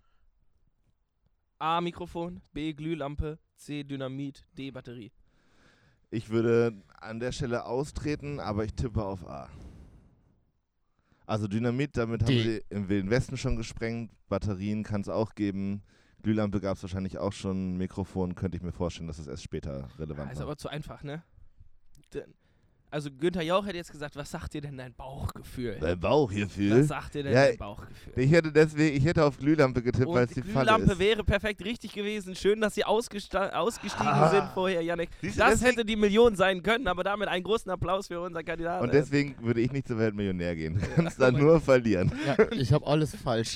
A. Mikrofon, B. Glühlampe, C. Dynamit, D. Batterie. Ich würde an der Stelle austreten, aber ich tippe auf A. Also Dynamit, damit haben D. sie im Wilden Westen schon gesprengt. Batterien kann es auch geben. Glühlampe gab es wahrscheinlich auch schon. Mikrofon könnte ich mir vorstellen, dass es erst später relevant Ja, ist war. aber zu einfach, ne? Denn, also Günther Jauch hätte jetzt gesagt, was sagt dir denn dein Bauchgefühl? Dein Bauchgefühl? Was sagt dir denn Ja, dein Bauchgefühl? Ich hätte deswegen, ich hätte auf Glühlampe getippt, weil Und es die die Falle Glühlampe ist. wäre perfekt richtig gewesen. Schön, dass Sie ausgesta- ausgestiegen Ah. sind vorher, Yannick. Siehst du, Das deswegen- hätte die Million sein können, aber damit einen großen Applaus für unseren Kandidaten. Und deswegen würde ich nicht zur Weltmillionär gehen. Du kannst dann nur verlieren. Ja, ich habe alles falsch.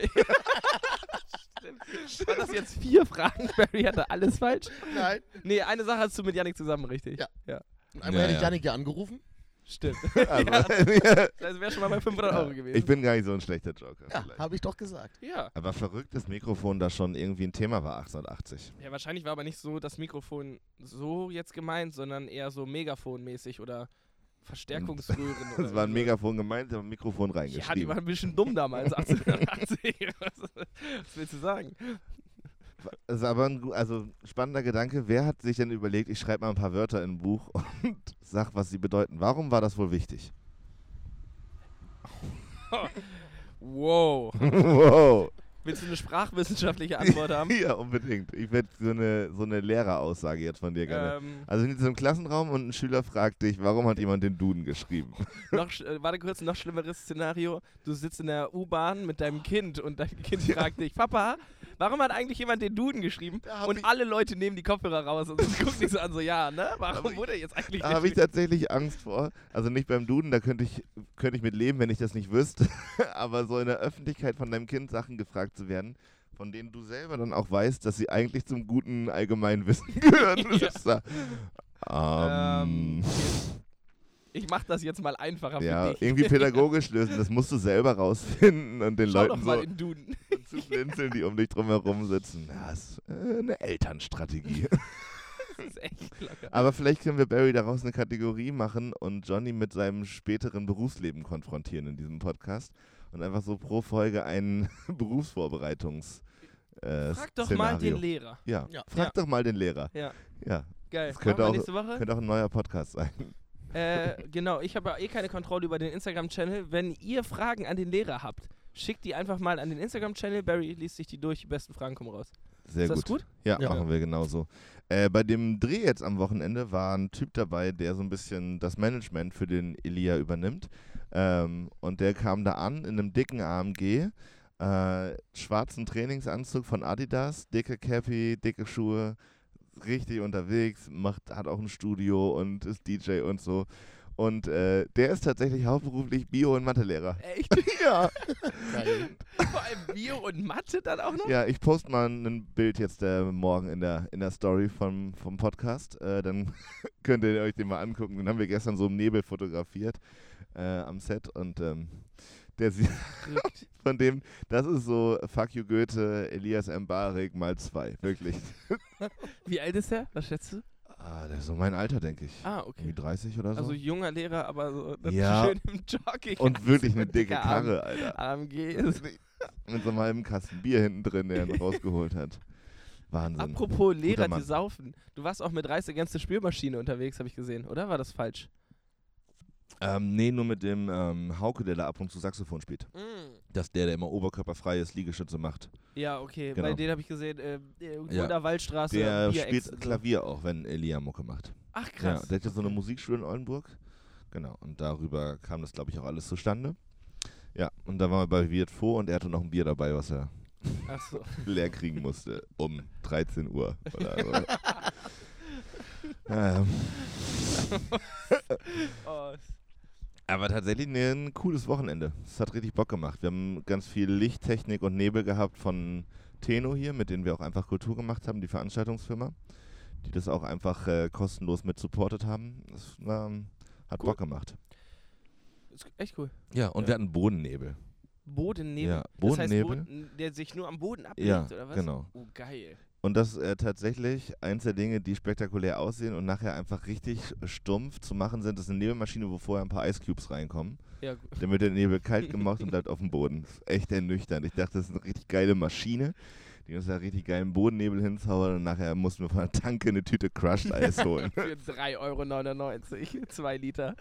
War das jetzt vier Fragen? Barry hatte alles falsch? Nein. Nee, eine Sache hast du mit Yannick zusammen, richtig? Ja. ja. Und einmal Ja, hätte ich ja. Janik ja angerufen. Stimmt. Aber, Das wäre schon mal bei fünfhundert Euro gewesen. ich bin gar nicht so ein schlechter Joker. Ja, vielleicht. habe ich doch gesagt. ja. Aber verrückt, dass Mikrofon da schon irgendwie ein Thema war, achtzehnhundertachtzig. Ja, wahrscheinlich war aber nicht so das Mikrofon so jetzt gemeint, sondern eher so Megaphon-mäßig oder Verstärkungsröhren. oder Das war ein so. Megafon gemeint, aber Mikrofon Ja, die reingeschrieben. waren ein bisschen dumm damals, achtzehnhundertachtzig. was, was willst du sagen? Das ist aber ein gu- also spannender Gedanke. Wer hat sich denn überlegt, ich schreibe mal ein paar Wörter in ein Buch und sag, was sie bedeuten? Warum war das wohl wichtig? Wow. Wow. Willst du eine sprachwissenschaftliche Antwort haben? Ja, unbedingt. Ich werde so eine, so eine Lehreraussage jetzt von dir gerne. ähm, Also in diesem Klassenraum und ein Schüler fragt dich, warum hat jemand den Duden geschrieben? noch, sch- äh, warte kurz, noch schlimmeres Szenario. Du sitzt in der U-Bahn mit deinem Kind und dein Kind fragt dich, Papa, warum hat eigentlich jemand den Duden geschrieben? Da hab Und ich- alle Leute nehmen die Kopfhörer raus und gucken dich so an, so, ja, ne? Warum Aber ich- wurde jetzt eigentlich Da habe ich geschrieben? tatsächlich Angst vor. Also nicht beim Duden, da könnte ich, könnte ich mit leben, wenn ich das nicht wüsste. Aber so in der Öffentlichkeit von deinem Kind Sachen gefragt zu werden, von denen du selber dann auch weißt, dass sie eigentlich zum guten Allgemeinwissen gehören. Ja. Das ist da, ähm, Ähm, Ich mach das jetzt mal einfacher für ja, dich. irgendwie pädagogisch lösen. Das musst du selber rausfinden und den Schau doch Leuten mal so in Duden. zu blinzeln, die um dich drum herum sitzen. Ja, das ist äh, eine Elternstrategie. Das ist echt locker. Aber vielleicht können wir Barry daraus eine Kategorie machen und Johnny mit seinem späteren Berufsleben konfrontieren in diesem Podcast und einfach so pro Folge ein Berufsvorbereitungs äh, Frag doch Szenario. mal den Lehrer. Ja, Ja. frag Ja. doch mal den Lehrer. Ja, Ja, geil. Das könnte Machen wir auch- nächste Woche? könnte auch ein neuer Podcast sein. Äh, genau, ich habe ja eh keine Kontrolle über den Instagram-Channel. Wenn ihr Fragen an den Lehrer habt, schickt die einfach mal an den Instagram-Channel. Barry liest sich die durch, die besten Fragen kommen raus. Sehr Ist das gut. gut? Ja, Ja. machen wir genauso. Äh, bei dem Dreh jetzt am Wochenende war ein Typ dabei, der so ein bisschen das Management für den Elia übernimmt. Ähm, und der kam da an in einem dicken A M G, äh, schwarzen Trainingsanzug von Adidas, dicke Cappy, dicke Schuhe, richtig unterwegs, macht, hat auch ein Studio und ist D J und so. Und äh, der ist tatsächlich hauptberuflich Bio- und Mathelehrer. Echt? Ja. Geil. Vor allem Bio und Mathe dann auch noch? Ja, ich poste mal ein Bild jetzt äh, morgen in der, in der Story vom, vom Podcast. Äh, dann könnt ihr euch den mal angucken. Den haben wir gestern so im Nebel fotografiert äh, am Set. Und ähm, der sieht Verrückt. von dem, das ist so Fuck you Goethe, Elias Mbarek mal zwei. Wirklich. Wie alt ist er? Was schätzt du? Ah, der ist so mein Alter, denke ich. Ah, Irgendwie okay. dreißig oder so. Also junger Lehrer, aber so Ja. schön im Jogging. und wirklich eine dicke dicker Karre, Alter. A M G ist. Mit so einem halben Kasten Bier hinten drin, der ihn rausgeholt hat. Wahnsinn. Apropos Lehrer, Mann. die saufen. Du warst auch mit Reiß Against the Spülmaschine unterwegs, habe ich gesehen, oder? War das falsch? Ähm, nee, nur mit dem ähm, Hauke, der da ab und zu Saxophon spielt. Das ist der, der immer oberkörperfreies Liegestütze macht. Ja, okay. Genau. Bei denen habe ich gesehen, äh, irgendwo Ja. in der Waldstraße. Der Bierex spielt und so. Klavier auch, wenn Elia Mucke macht. Ach, Ja, krass. der hat jetzt so eine Musikschule in Oldenburg. Genau, und darüber kam das, glaube ich, auch alles zustande. Ja, und da waren wir bei Wirt vor und er hatte noch ein Bier dabei, was er Ach so. leer kriegen musste. Um dreizehn Uhr oder so. Ja, Oh, aber tatsächlich ne, ein cooles Wochenende. Es hat richtig Bock gemacht. Wir haben ganz viel Lichttechnik und Nebel gehabt von Teno hier, mit denen wir auch einfach Kultur gemacht haben, die Veranstaltungsfirma, die das auch einfach äh, kostenlos mit supportet haben. Das war, hat Cool. Bock gemacht. ist echt cool. Ja, und Ja. wir hatten Bodennebel. Bodennebel. Ja, Das heißt, Bodennebel. Boden, der sich nur am Boden ablegt, Ja, oder was? genau. Oh, geil. Und das äh, tatsächlich eins der Dinge, die spektakulär aussehen und nachher einfach richtig stumpf zu machen sind. Das ist eine Nebelmaschine, wo vorher ein paar Ice Cubes reinkommen. Ja, gut. Dann wird der Nebel kalt gemacht und bleibt auf dem Boden. Das ist echt ernüchternd. Ich dachte, das ist eine richtig geile Maschine. die uns da richtig geilen Bodennebel hinzaubern und nachher mussten wir von der Tanke eine Tüte Crushed Eis holen. Für drei Euro neunundneunzig, zwei Liter.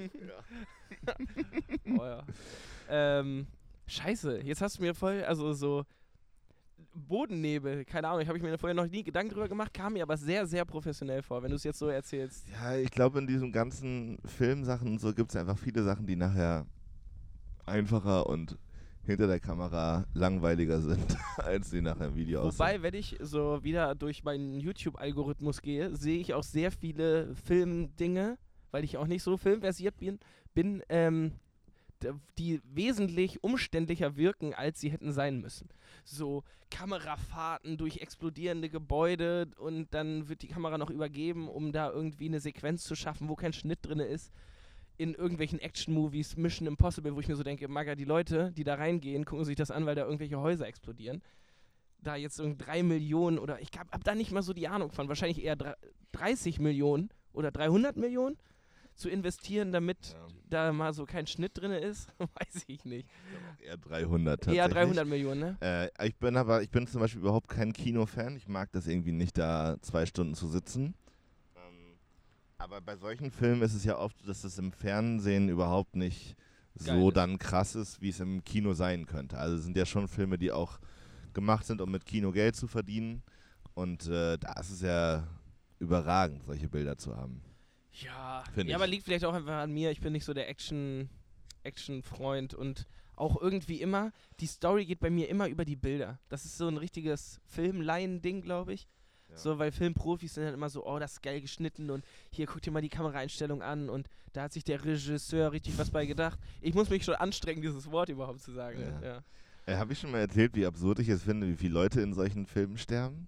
Oh ja. Ähm, scheiße, jetzt hast du mir voll, also so Bodennebel, keine Ahnung, ich habe ich mir vorher noch nie Gedanken drüber gemacht, kam mir aber sehr, sehr professionell vor, wenn du es jetzt so erzählst. Ja, ich glaube, in diesen ganzen Filmsachen und so gibt es einfach viele Sachen, die nachher einfacher und hinter der Kamera langweiliger sind, als die nachher im Video aussehen. Wobei, wenn ich so wieder durch meinen YouTube-Algorithmus gehe, sehe ich auch sehr viele Filmdinge, weil ich auch nicht so filmversiert bin, bin ähm, d- die wesentlich umständlicher wirken, als sie hätten sein müssen. So Kamerafahrten durch explodierende Gebäude und dann wird die Kamera noch übergeben, um da irgendwie eine Sequenz zu schaffen, wo kein Schnitt drin ist. In irgendwelchen Action-Movies, Mission Impossible, wo ich mir so denke, Maga, die Leute, die da reingehen, gucken sich das an, weil da irgendwelche Häuser explodieren. Da jetzt irgendwie drei Millionen oder ich hab, hab da nicht mal so die Ahnung von, wahrscheinlich eher dreißig Millionen oder dreihundert Millionen zu investieren, damit Ja. da mal so kein Schnitt drin ist, weiß ich nicht. Eher dreihundert tatsächlich. Eher dreihundert Millionen, ne? Äh, ich bin aber, ich bin zum Beispiel überhaupt kein Kinofan. Ich mag das irgendwie nicht, da zwei Stunden zu sitzen. Ähm, aber bei solchen Filmen ist es ja oft, dass es im Fernsehen überhaupt nicht Geil so ist. dann krass ist, wie es im Kino sein könnte. Also es sind ja schon Filme, die auch gemacht sind, um mit Kino Geld zu verdienen. Und äh, da ist es ja überragend, solche Bilder zu haben. Ja, Find ja, ich. aber liegt vielleicht auch einfach an mir. Ich bin nicht so der Action, Action-Freund und auch irgendwie immer, die Story geht bei mir immer über die Bilder. Das ist so ein richtiges Filmlaien-Ding, glaube ich. Ja. So, weil Filmprofis sind dann immer so, oh, das ist geil geschnitten und hier guck dir mal die Kameraeinstellung an und da hat sich der Regisseur richtig was bei gedacht. Ich muss mich schon anstrengen, dieses Wort überhaupt zu sagen. Ja. Ja. Äh, Habe ich schon mal erzählt, wie absurd ich es finde, wie viele Leute in solchen Filmen sterben?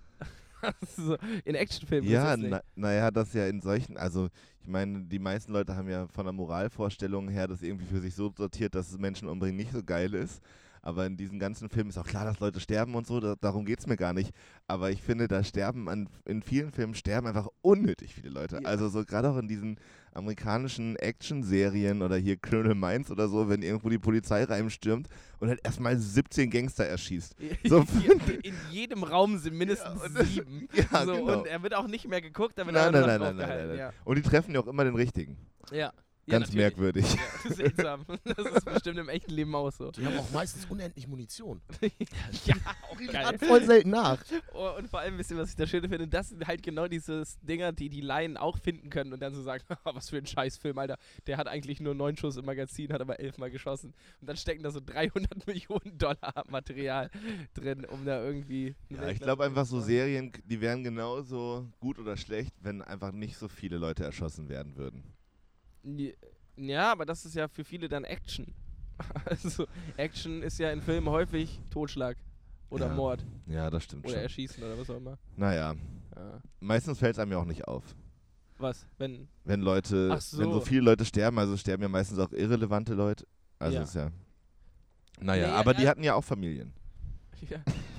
So, in Actionfilmen. Ja, ist das nicht. na, naja, das ja in solchen, also ich meine, die meisten Leute haben ja von der Moralvorstellung her das irgendwie für sich so sortiert, dass Menschen umbringen nicht so geil ist. Aber in diesen ganzen Filmen ist auch klar, dass Leute sterben und so, da, darum geht es mir gar nicht. Aber ich finde, da sterben, an, in vielen Filmen sterben einfach unnötig viele Leute. Ja. Also so gerade auch in diesen amerikanischen Action-Serien oder hier Criminal Minds oder so, wenn irgendwo die Polizei reinstürmt und halt erstmal siebzehn Gangster erschießt. So in jedem Raum sind mindestens Ja, und- sieben. Ja, so, genau. Und er wird auch nicht mehr geguckt, da wird Nein, er nein, nur nein, noch nein, nein, draufgehalten. nein, Und die treffen ja auch immer den richtigen. Ja. ja. Ganz ja, merkwürdig. Ja, seltsam. Das ist bestimmt im echten Leben auch so. Die haben auch meistens unendlich Munition. Ja, auch Die geil. laden voll selten nach. Oh, und vor allem, wisst ihr, was ich da schön finde? Das sind halt genau diese Dinger, die die Laien auch finden können und dann so sagen, was für ein Scheißfilm, Alter. Der hat eigentlich nur neun Schuss im Magazin, hat aber elfmal geschossen. Und dann stecken da so dreihundert Millionen Dollar Material drin, um da irgendwie... Ja, ich glaube einfach so Serien, die wären genauso gut oder schlecht, wenn einfach nicht so viele Leute erschossen werden würden. Ja, aber das ist ja für viele dann Action. Also, Action ist ja in Filmen häufig Totschlag oder Ja, Mord Ja, das stimmt oder schon. Erschießen oder was auch immer. Naja, Ja. meistens fällt es einem ja auch nicht auf. Was? Wenn... Wenn Leute, Ach so. wenn so viele Leute sterben, also sterben ja meistens auch irrelevante Leute. Also Ja. ist ja. Naja, Nee, aber ja. die hatten ja auch Familien. Ja.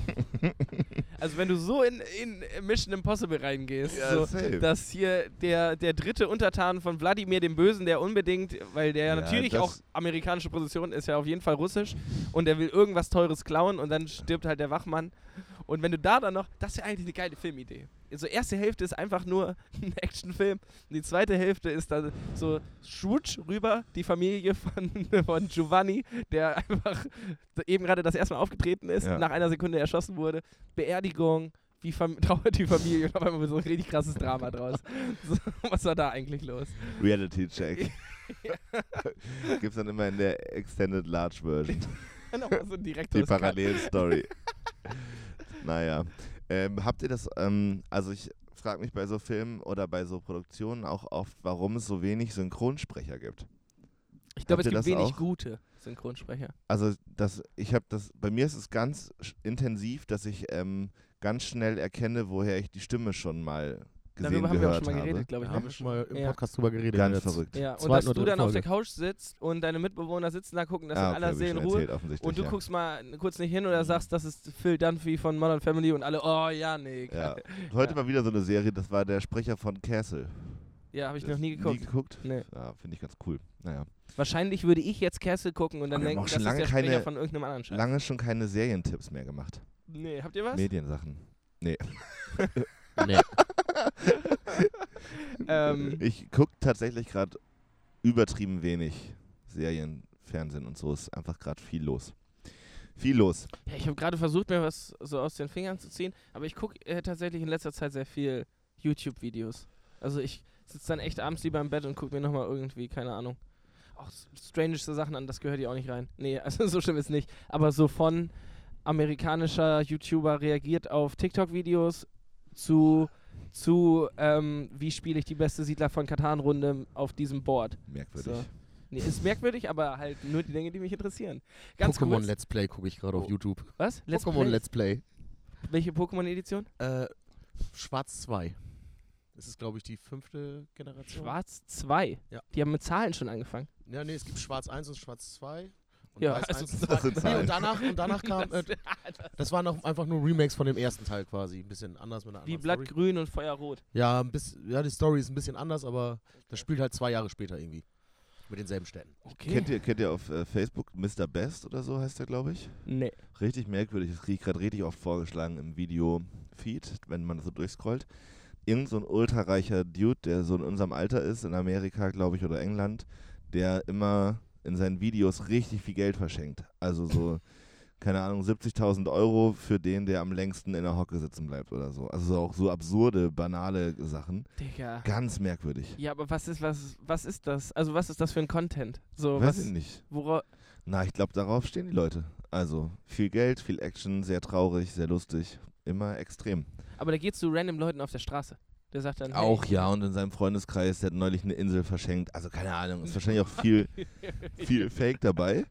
Also wenn du so in, in Mission Impossible reingehst, Ja, so, safe. dass hier der, der dritte Untertan von Wladimir dem Bösen, der unbedingt, weil der Ja, natürlich das- auch amerikanische Position ist, ja auf jeden Fall russisch und der will irgendwas Teures klauen und dann stirbt halt der Wachmann. Und wenn du da dann noch, das ist ja eigentlich eine geile Filmidee. So erste Hälfte ist einfach nur ein Actionfilm und die zweite Hälfte ist dann so schwutsch rüber, die Familie von, von Giovanni, der einfach eben gerade das erste Mal aufgetreten ist, Ja. nach einer Sekunde erschossen wurde, Beerdigung, wie Fam- trauert die Familie und auf einmal wird so ein richtig krasses Drama draus. So, was war da eigentlich los? Reality-Check. Gibt's dann immer in der Extended Large Version. Nochmal so ein Die direktes Cut. Parallelstory. Naja. Ähm, habt ihr das, ähm, also ich frage mich bei so Filmen oder bei so Produktionen auch oft, warum es so wenig Synchronsprecher gibt. Ich glaube, es Habt ihr gibt das wenig auch? gute Synchronsprecher. Also das, ich habe das, bei mir ist es ganz sch- intensiv, dass ich ähm, ganz schnell erkenne, woher ich die Stimme schon mal gesehen, Darüber haben wir auch gehört schon mal habe. geredet, glaube ich. Da ne? haben wir schon mal im Ja. Podcast drüber geredet. Ganz jetzt. verrückt. Ja, und Zweiten dass oder du dritten dann auf der Folge. Couch sitzt und deine Mitbewohner sitzen da, gucken das Ah, in aller okay, hab ich schon Seelenruhe. erzählt, offensichtlich, Und du ja. guckst mal kurz nicht hin oder sagst, das ist Phil Dunphy von Modern Family und alle, oh ja, nee. Ja. geil. Heute Ja. mal wieder so eine Serie, das war der Sprecher von Castle. Ja, habe ich Das noch nie geguckt. Nie geguckt? Nee. Ja, finde ich ganz cool. Naja. Wahrscheinlich würde ich jetzt Castle gucken und dann Aber wir denken, haben auch das schon ist lange der Sprecher keine- von irgendeinem anderen Scheiß. Lange schon keine Serientipps mehr gemacht. Nee, habt ihr was? Mediensachen. Nee. Nee. ähm, Ich gucke tatsächlich gerade übertrieben wenig Serien, Fernsehen und so. Ist einfach gerade viel los. Viel los. ja, ich habe gerade versucht, mir was so aus den Fingern zu ziehen, aber ich gucke äh, tatsächlich in letzter Zeit sehr viel YouTube-Videos. Also ich sitze dann echt abends lieber im Bett und gucke mir nochmal irgendwie, keine Ahnung, auch s- strangeste Sachen an, das gehört hier auch nicht rein. Nee, also so schlimm ist nicht. Aber so von amerikanischer YouTuber reagiert auf TikTok-Videos zu, zu ähm, wie spiele ich die beste Siedler von Katan-Runde auf diesem Board. Merkwürdig. So. Nee, ist merkwürdig, aber halt nur die Dinge, die mich interessieren. Ganz Pokémon kurz. Let's Play gucke ich gerade auf Oh. YouTube. Was? Let's Pokémon Play? Let's Play. Welche Pokémon-Edition? Äh, Schwarz zwei. Das ist, glaube ich, die fünfte Generation. Schwarz zwei. Ja. Die haben mit Zahlen schon angefangen. Ja, nee, es gibt Schwarz eins und Schwarz zwei. Und Ja, Weiß also eins und das zwei. sind Nee, Zahlen. und danach, und danach kam, äh, das waren auch einfach nur Remakes von dem ersten Teil quasi. Ein bisschen anders mit einer Wie anderen Story. Blattgrün und Feuerrot. Ja, ein bisschen, ja, die Story ist ein bisschen anders, aber das spielt halt zwei Jahre später irgendwie. Mit denselben Städten. Okay. Kennt ihr, kennt ihr auf äh, Facebook Mister Best oder so heißt der, glaube ich? Nee. Richtig merkwürdig. Das kriege ich gerade richtig oft vorgeschlagen im Video-Feed, wenn man so durchscrollt. Irgend so ein ultrareicher Dude, der so in unserem Alter ist, in Amerika, glaube ich, oder England, der immer in seinen Videos richtig viel Geld verschenkt. Also so, keine Ahnung, siebzigtausend Euro für den, der am längsten in der Hocke sitzen bleibt oder so. Also so auch so absurde, banale Sachen. Digga. Ganz merkwürdig. Ja, aber was ist, was, was ist das? Also was ist das für ein Content? So, Weiß was, ich nicht. wora, Na, ich glaube, darauf stehen die Leute. Also viel Geld, viel Action, sehr traurig, sehr lustig. Immer extrem. aber da geht zu random Leuten auf der Straße. Der sagt dann, Auch hey, ja, und in seinem Freundeskreis, der hat neulich eine Insel verschenkt. Also keine Ahnung, ist wahrscheinlich auch viel, viel Fake dabei.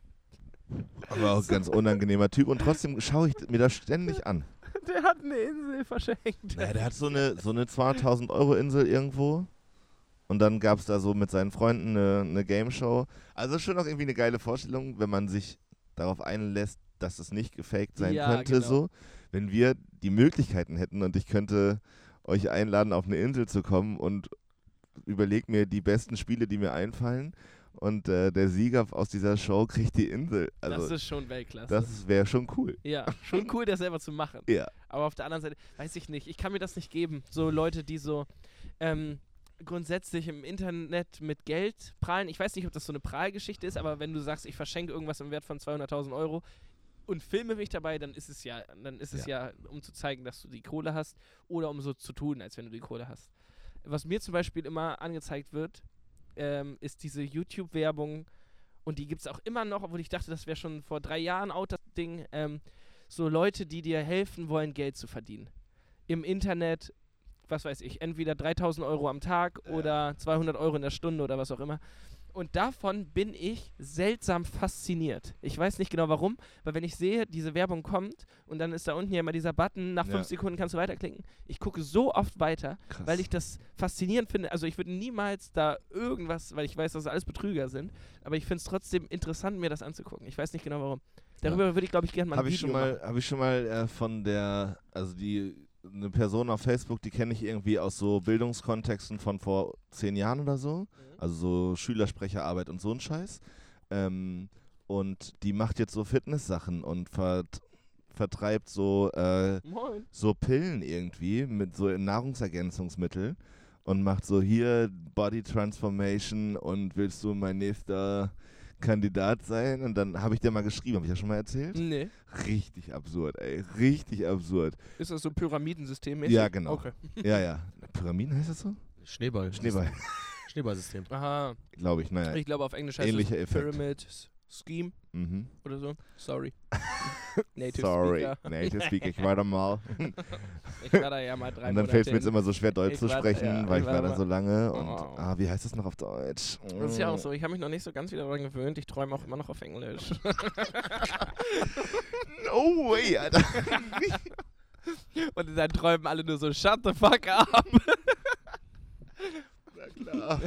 Aber auch ein ganz unangenehmer Typ. Und trotzdem schaue ich mir das ständig an. der hat eine Insel verschenkt. Naja, der hat so eine, so eine zweihunderttausend Euro Insel irgendwo. Und dann gab es da so mit seinen Freunden eine, eine Game-Show. Also schon auch irgendwie eine geile Vorstellung, wenn man sich darauf einlässt, dass es nicht gefaked sein Ja, könnte. genau. So, wenn wir die Möglichkeiten hätten und ich könnte euch einladen, auf eine Insel zu kommen und überleg mir die besten Spiele, die mir einfallen. Und äh, der Sieger aus dieser Show kriegt die Insel. Also das ist schon Weltklasse. das wäre schon cool. ja, schon cool, das selber zu machen. Ja. Aber auf der anderen Seite, weiß ich nicht, ich kann mir das nicht geben. So Leute, die so ähm, grundsätzlich im Internet mit Geld prahlen. Ich weiß nicht, ob das so eine Prahlgeschichte ist, aber wenn du sagst, ich verschenke irgendwas im Wert von zweihunderttausend Euro und filme mich dabei, dann ist es ja, dann ist es ja. um zu zeigen, dass du die Kohle hast oder um so zu tun, als wenn du die Kohle hast. Was mir zum Beispiel immer angezeigt wird, ähm, ist diese YouTube-Werbung und die gibt es auch immer noch, obwohl ich dachte, das wäre schon vor drei Jahren out, das Ding, ähm, so Leute, die dir helfen wollen, Geld zu verdienen. Im Internet, was weiß ich, entweder dreitausend Euro am Tag oder zweihundert Euro in der Stunde oder was auch immer. Und davon bin ich seltsam fasziniert. Ich weiß nicht genau warum, weil wenn ich sehe, diese Werbung kommt und dann ist da unten ja immer dieser Button, nach Ja. fünf Sekunden kannst du weiterklicken. Ich gucke so oft weiter, Krass. weil ich das faszinierend finde. Also ich würde niemals da irgendwas, weil ich weiß, dass es alles Betrüger sind, aber ich finde es trotzdem interessant, mir das anzugucken. Ich weiß nicht genau warum. Darüber würde ich, glaube ich, gerne mal ein Habe ich Video schon mal, machen. habe ich schon mal äh, von der, also die, eine Person auf Facebook, die kenne ich irgendwie aus so Bildungskontexten von vor zehn Jahren oder so. Also so Schülersprecherarbeit und so ein Scheiß. Ähm, und die macht jetzt so Fitness-Sachen und vert, vertreibt so, äh, Moin. so Pillen irgendwie mit so Nahrungsergänzungsmittel und macht so hier Body Transformation und willst du mein nächster Kandidat sein? Und dann habe ich dir mal geschrieben, habe ich ja schon mal erzählt? Nee. Richtig absurd, ey. Richtig absurd. Ist das so Pyramidensystem? Ja, genau. Okay. Ja, ja. Pyramiden heißt das so? Schneeball. Schneeball, Schneeballsystem. Aha. glaube ich. Naja. Ich glaube, auf Englisch heißt Ähnlicher es Effekt. Pyramid S- Scheme Mhm. oder so. Sorry. Native Sorry, Speaker. Native Speaker. Ich war da mal. Ich war da ja mal drei Und dann Monate fällt es mir jetzt hin. immer so schwer, Deutsch Ich zu war- sprechen, ja, weil ich ich war war da da so lange. Und, Oh. ah, wie heißt das noch auf Deutsch? Das ist ja auch so. Ich habe mich noch nicht so ganz wieder daran gewöhnt. Ich träume auch immer noch auf Englisch. No way, Alter. Und in seinen Träumen alle nur so, shut the fuck up. Na klar.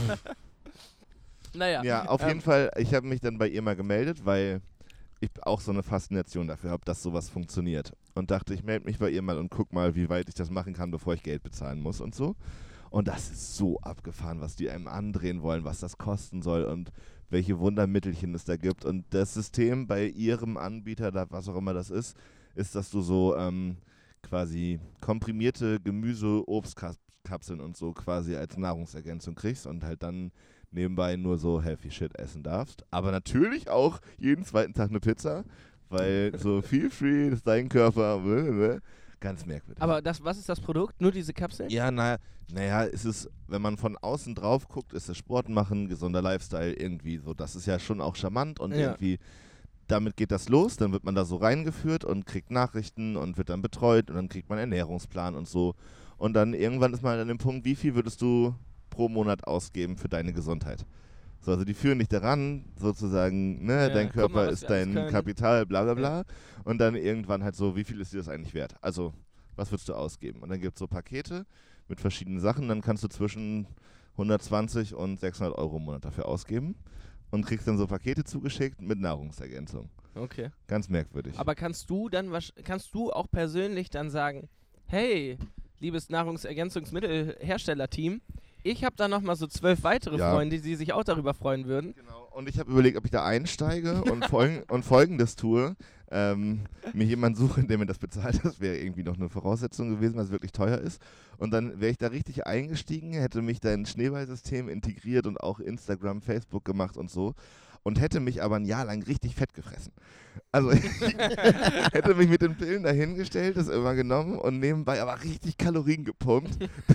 Naja. Ja, auf ähm, jeden Fall, ich habe mich dann bei ihr mal gemeldet, weil ich auch so eine Faszination dafür habe, dass sowas funktioniert. Und dachte, ich melde mich bei ihr mal und guck mal, wie weit ich das machen kann, bevor ich Geld bezahlen muss und so. Und das ist so abgefahren, was die einem andrehen wollen, was das kosten soll und welche Wundermittelchen es da gibt. Und das System bei ihrem Anbieter, da, was auch immer das ist, ist, dass du so ähm, quasi komprimierte Gemüse-Obstkapseln und so quasi als Nahrungsergänzung kriegst und halt dann nebenbei nur so healthy shit essen darfst. Aber natürlich auch jeden zweiten Tag eine Pizza, weil so feel free, das ist dein Körper, ganz merkwürdig. Aber das, was ist das Produkt? Nur diese Kapseln? Ja, naja, naja, ist es, wenn man von außen drauf guckt, ist es Sport machen, gesunder Lifestyle, irgendwie so, das ist ja schon auch charmant und Ja. irgendwie, damit geht das los, dann wird man da so reingeführt und kriegt Nachrichten und wird dann betreut und dann kriegt man einen Ernährungsplan und so. Und dann irgendwann ist man an dem Punkt, wie viel würdest du pro Monat ausgeben für deine Gesundheit? So, also die führen dich daran, sozusagen, ne, Ja, dein guck mal, Körper was ist wir alles dein können. Kapital, bla bla bla. Und dann irgendwann halt so, wie viel ist dir das eigentlich wert? Also, was würdest du ausgeben? Und dann gibt es so Pakete mit verschiedenen Sachen, dann kannst du zwischen hundertzwanzig und sechshundert Euro im Monat dafür ausgeben und kriegst dann so Pakete zugeschickt mit Nahrungsergänzung. Okay. Ganz merkwürdig. Aber kannst du dann, wasch- kannst du auch persönlich dann sagen, hey, liebes Nahrungsergänzungsmittelherstellerteam, ich habe da nochmal so zwölf weitere Ja. Freunde, die sich auch darüber freuen würden. Genau. Und ich habe überlegt, ob ich da einsteige und, folgen, und Folgendes tue. Ähm, mir jemanden suche, der mir das bezahlt. Das wäre irgendwie noch eine Voraussetzung gewesen, weil es wirklich teuer ist. Und dann wäre ich da richtig eingestiegen, hätte mich da in ein Schneeballsystem integriert und auch Instagram, Facebook gemacht und so. Und hätte mich aber ein Jahr lang richtig fett gefressen. Also ich hätte mich mit den Pillen dahingestellt, das immer genommen und nebenbei aber richtig Kalorien gepumpt.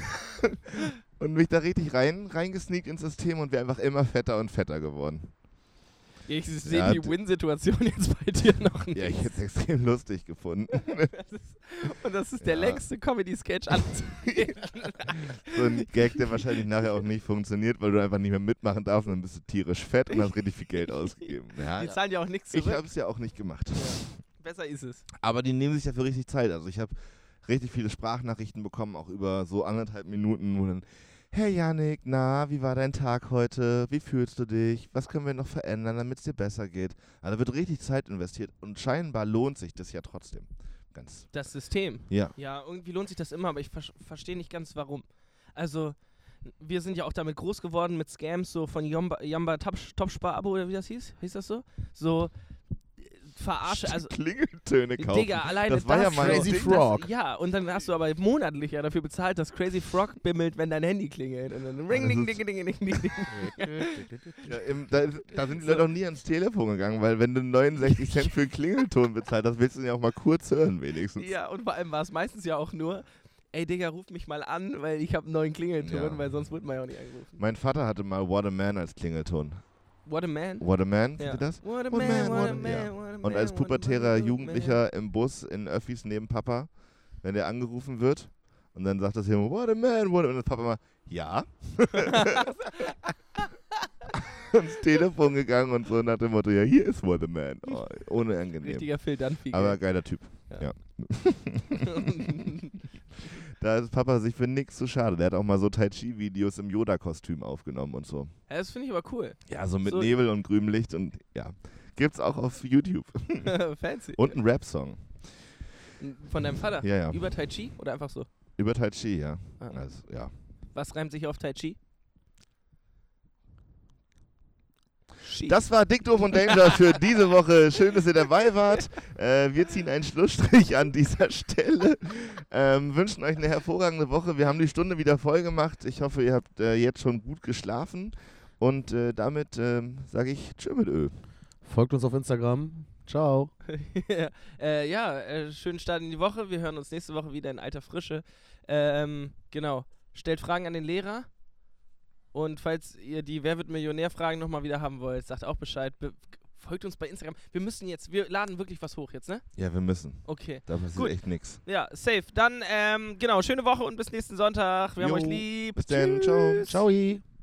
Und mich da richtig rein, reingesneakt ins System und wäre einfach immer fetter und fetter geworden. Ich sehe Ja, die d- Win-Situation jetzt bei dir noch nicht. Ja, ich hätte es extrem lustig gefunden. Das ist, und das ist der Ja. längste Comedy-Sketch aller Zeiten. So ein Gag, der wahrscheinlich nachher auch nicht funktioniert, weil du einfach nicht mehr mitmachen darfst und dann bist du tierisch fett und hast richtig viel Geld ausgegeben. Ja, Die zahlen ja auch nichts ich zurück. habe es ja auch nicht gemacht. Besser ist es. Aber die nehmen sich dafür richtig Zeit. Also ich habe richtig viele Sprachnachrichten bekommen, auch über so anderthalb Minuten, wo dann, hey Yannick, na, wie war dein Tag heute? Wie fühlst du dich? Was können wir noch verändern, damit es dir besser geht? Also da wird richtig Zeit investiert und scheinbar lohnt sich das ja trotzdem. Ganz. Das System. Ja. Ja, irgendwie lohnt sich das immer, aber ich ver verstehe nicht ganz, warum. Also, wir sind ja auch damit groß geworden mit Scams, so von Jamba, Jamba Topspar-Abo oder wie das hieß? Hieß das so? So, äh, verarsche, also... Klingeltöne kaufen. Digga, alleine das war ja mal Crazy Ding. Frog. Das, ja, und dann hast du aber monatlich ja dafür bezahlt, dass Crazy Frog bimmelt, wenn dein Handy klingelt. Und dann ring, ding, ding, ding, ding, ding, ding. Ja, im, da, ist- da sind die Leute auch nie ans Telefon gegangen, weil wenn du neunundsechzig Cent für einen Klingelton bezahlst, das willst du ja auch mal kurz hören wenigstens. Ja, und vor allem war es meistens ja auch nur, ey Digga, ruf mich mal an, weil ich habe einen neuen Klingelton, Ja. weil sonst wird man ja auch nicht angerufen. Mein Vater hatte mal What a Man als Klingelton. What a man. What a Man, Ja. kennt ihr das? What a What a man, man, what a what a- man, ja. what a man, Und als what a pubertärer man, what a Jugendlicher im Bus in Öffis neben Papa, wenn der angerufen wird und dann sagt das jemand, what a man, what a man, und das Papa mal, ja. Ans Telefon gegangen und so nach dem Motto, ja, hier ist what a man. Oh, ohne man. angenehm. Richtiger Phil Dunphy. Aber geiler Typ. Ja. Ja. Da ist Papa sich für nichts zu schade. Der hat auch mal so Tai Chi-Videos im Yoda-Kostüm aufgenommen und so. Ja, das finde ich aber cool. Ja, so mit So- Nebel und grünem Licht und ja. Gibt's auch auf YouTube. Fancy. Und ein Rap-Song. Von deinem Vater? Ja, ja. Über Tai Chi oder einfach so? Über Tai Chi, ja. Ah. Also, ja. Was reimt sich auf Tai Chi? Chi. Das war Dick, Doof und Danger für diese Woche. Schön, dass ihr dabei wart. Äh, wir ziehen einen Schlussstrich an dieser Stelle. Ähm, wünschen euch eine hervorragende Woche. Wir haben die Stunde wieder voll gemacht. Ich hoffe, ihr habt äh, jetzt schon gut geschlafen. Und äh, damit ähm, sage ich Tschö mit Ö. Folgt uns auf Instagram. Ciao. ja, äh, ja äh, schönen Start in die Woche. Wir hören uns nächste Woche wieder in alter Frische. Ähm, genau. Stellt Fragen an den Lehrer. Und falls ihr die Wer wird Millionär-Fragen nochmal wieder haben wollt, sagt auch Bescheid. Be folgt uns bei Instagram. Wir müssen jetzt, wir laden wirklich was hoch jetzt, ne? Ja, wir müssen. Okay. Da passiert Gut. echt nichts. Ja, safe. Dann, ähm, genau, schöne Woche und bis nächsten Sonntag. Wir Jo, haben euch lieb. bis dann. Ciao. Tschüss. Ciao.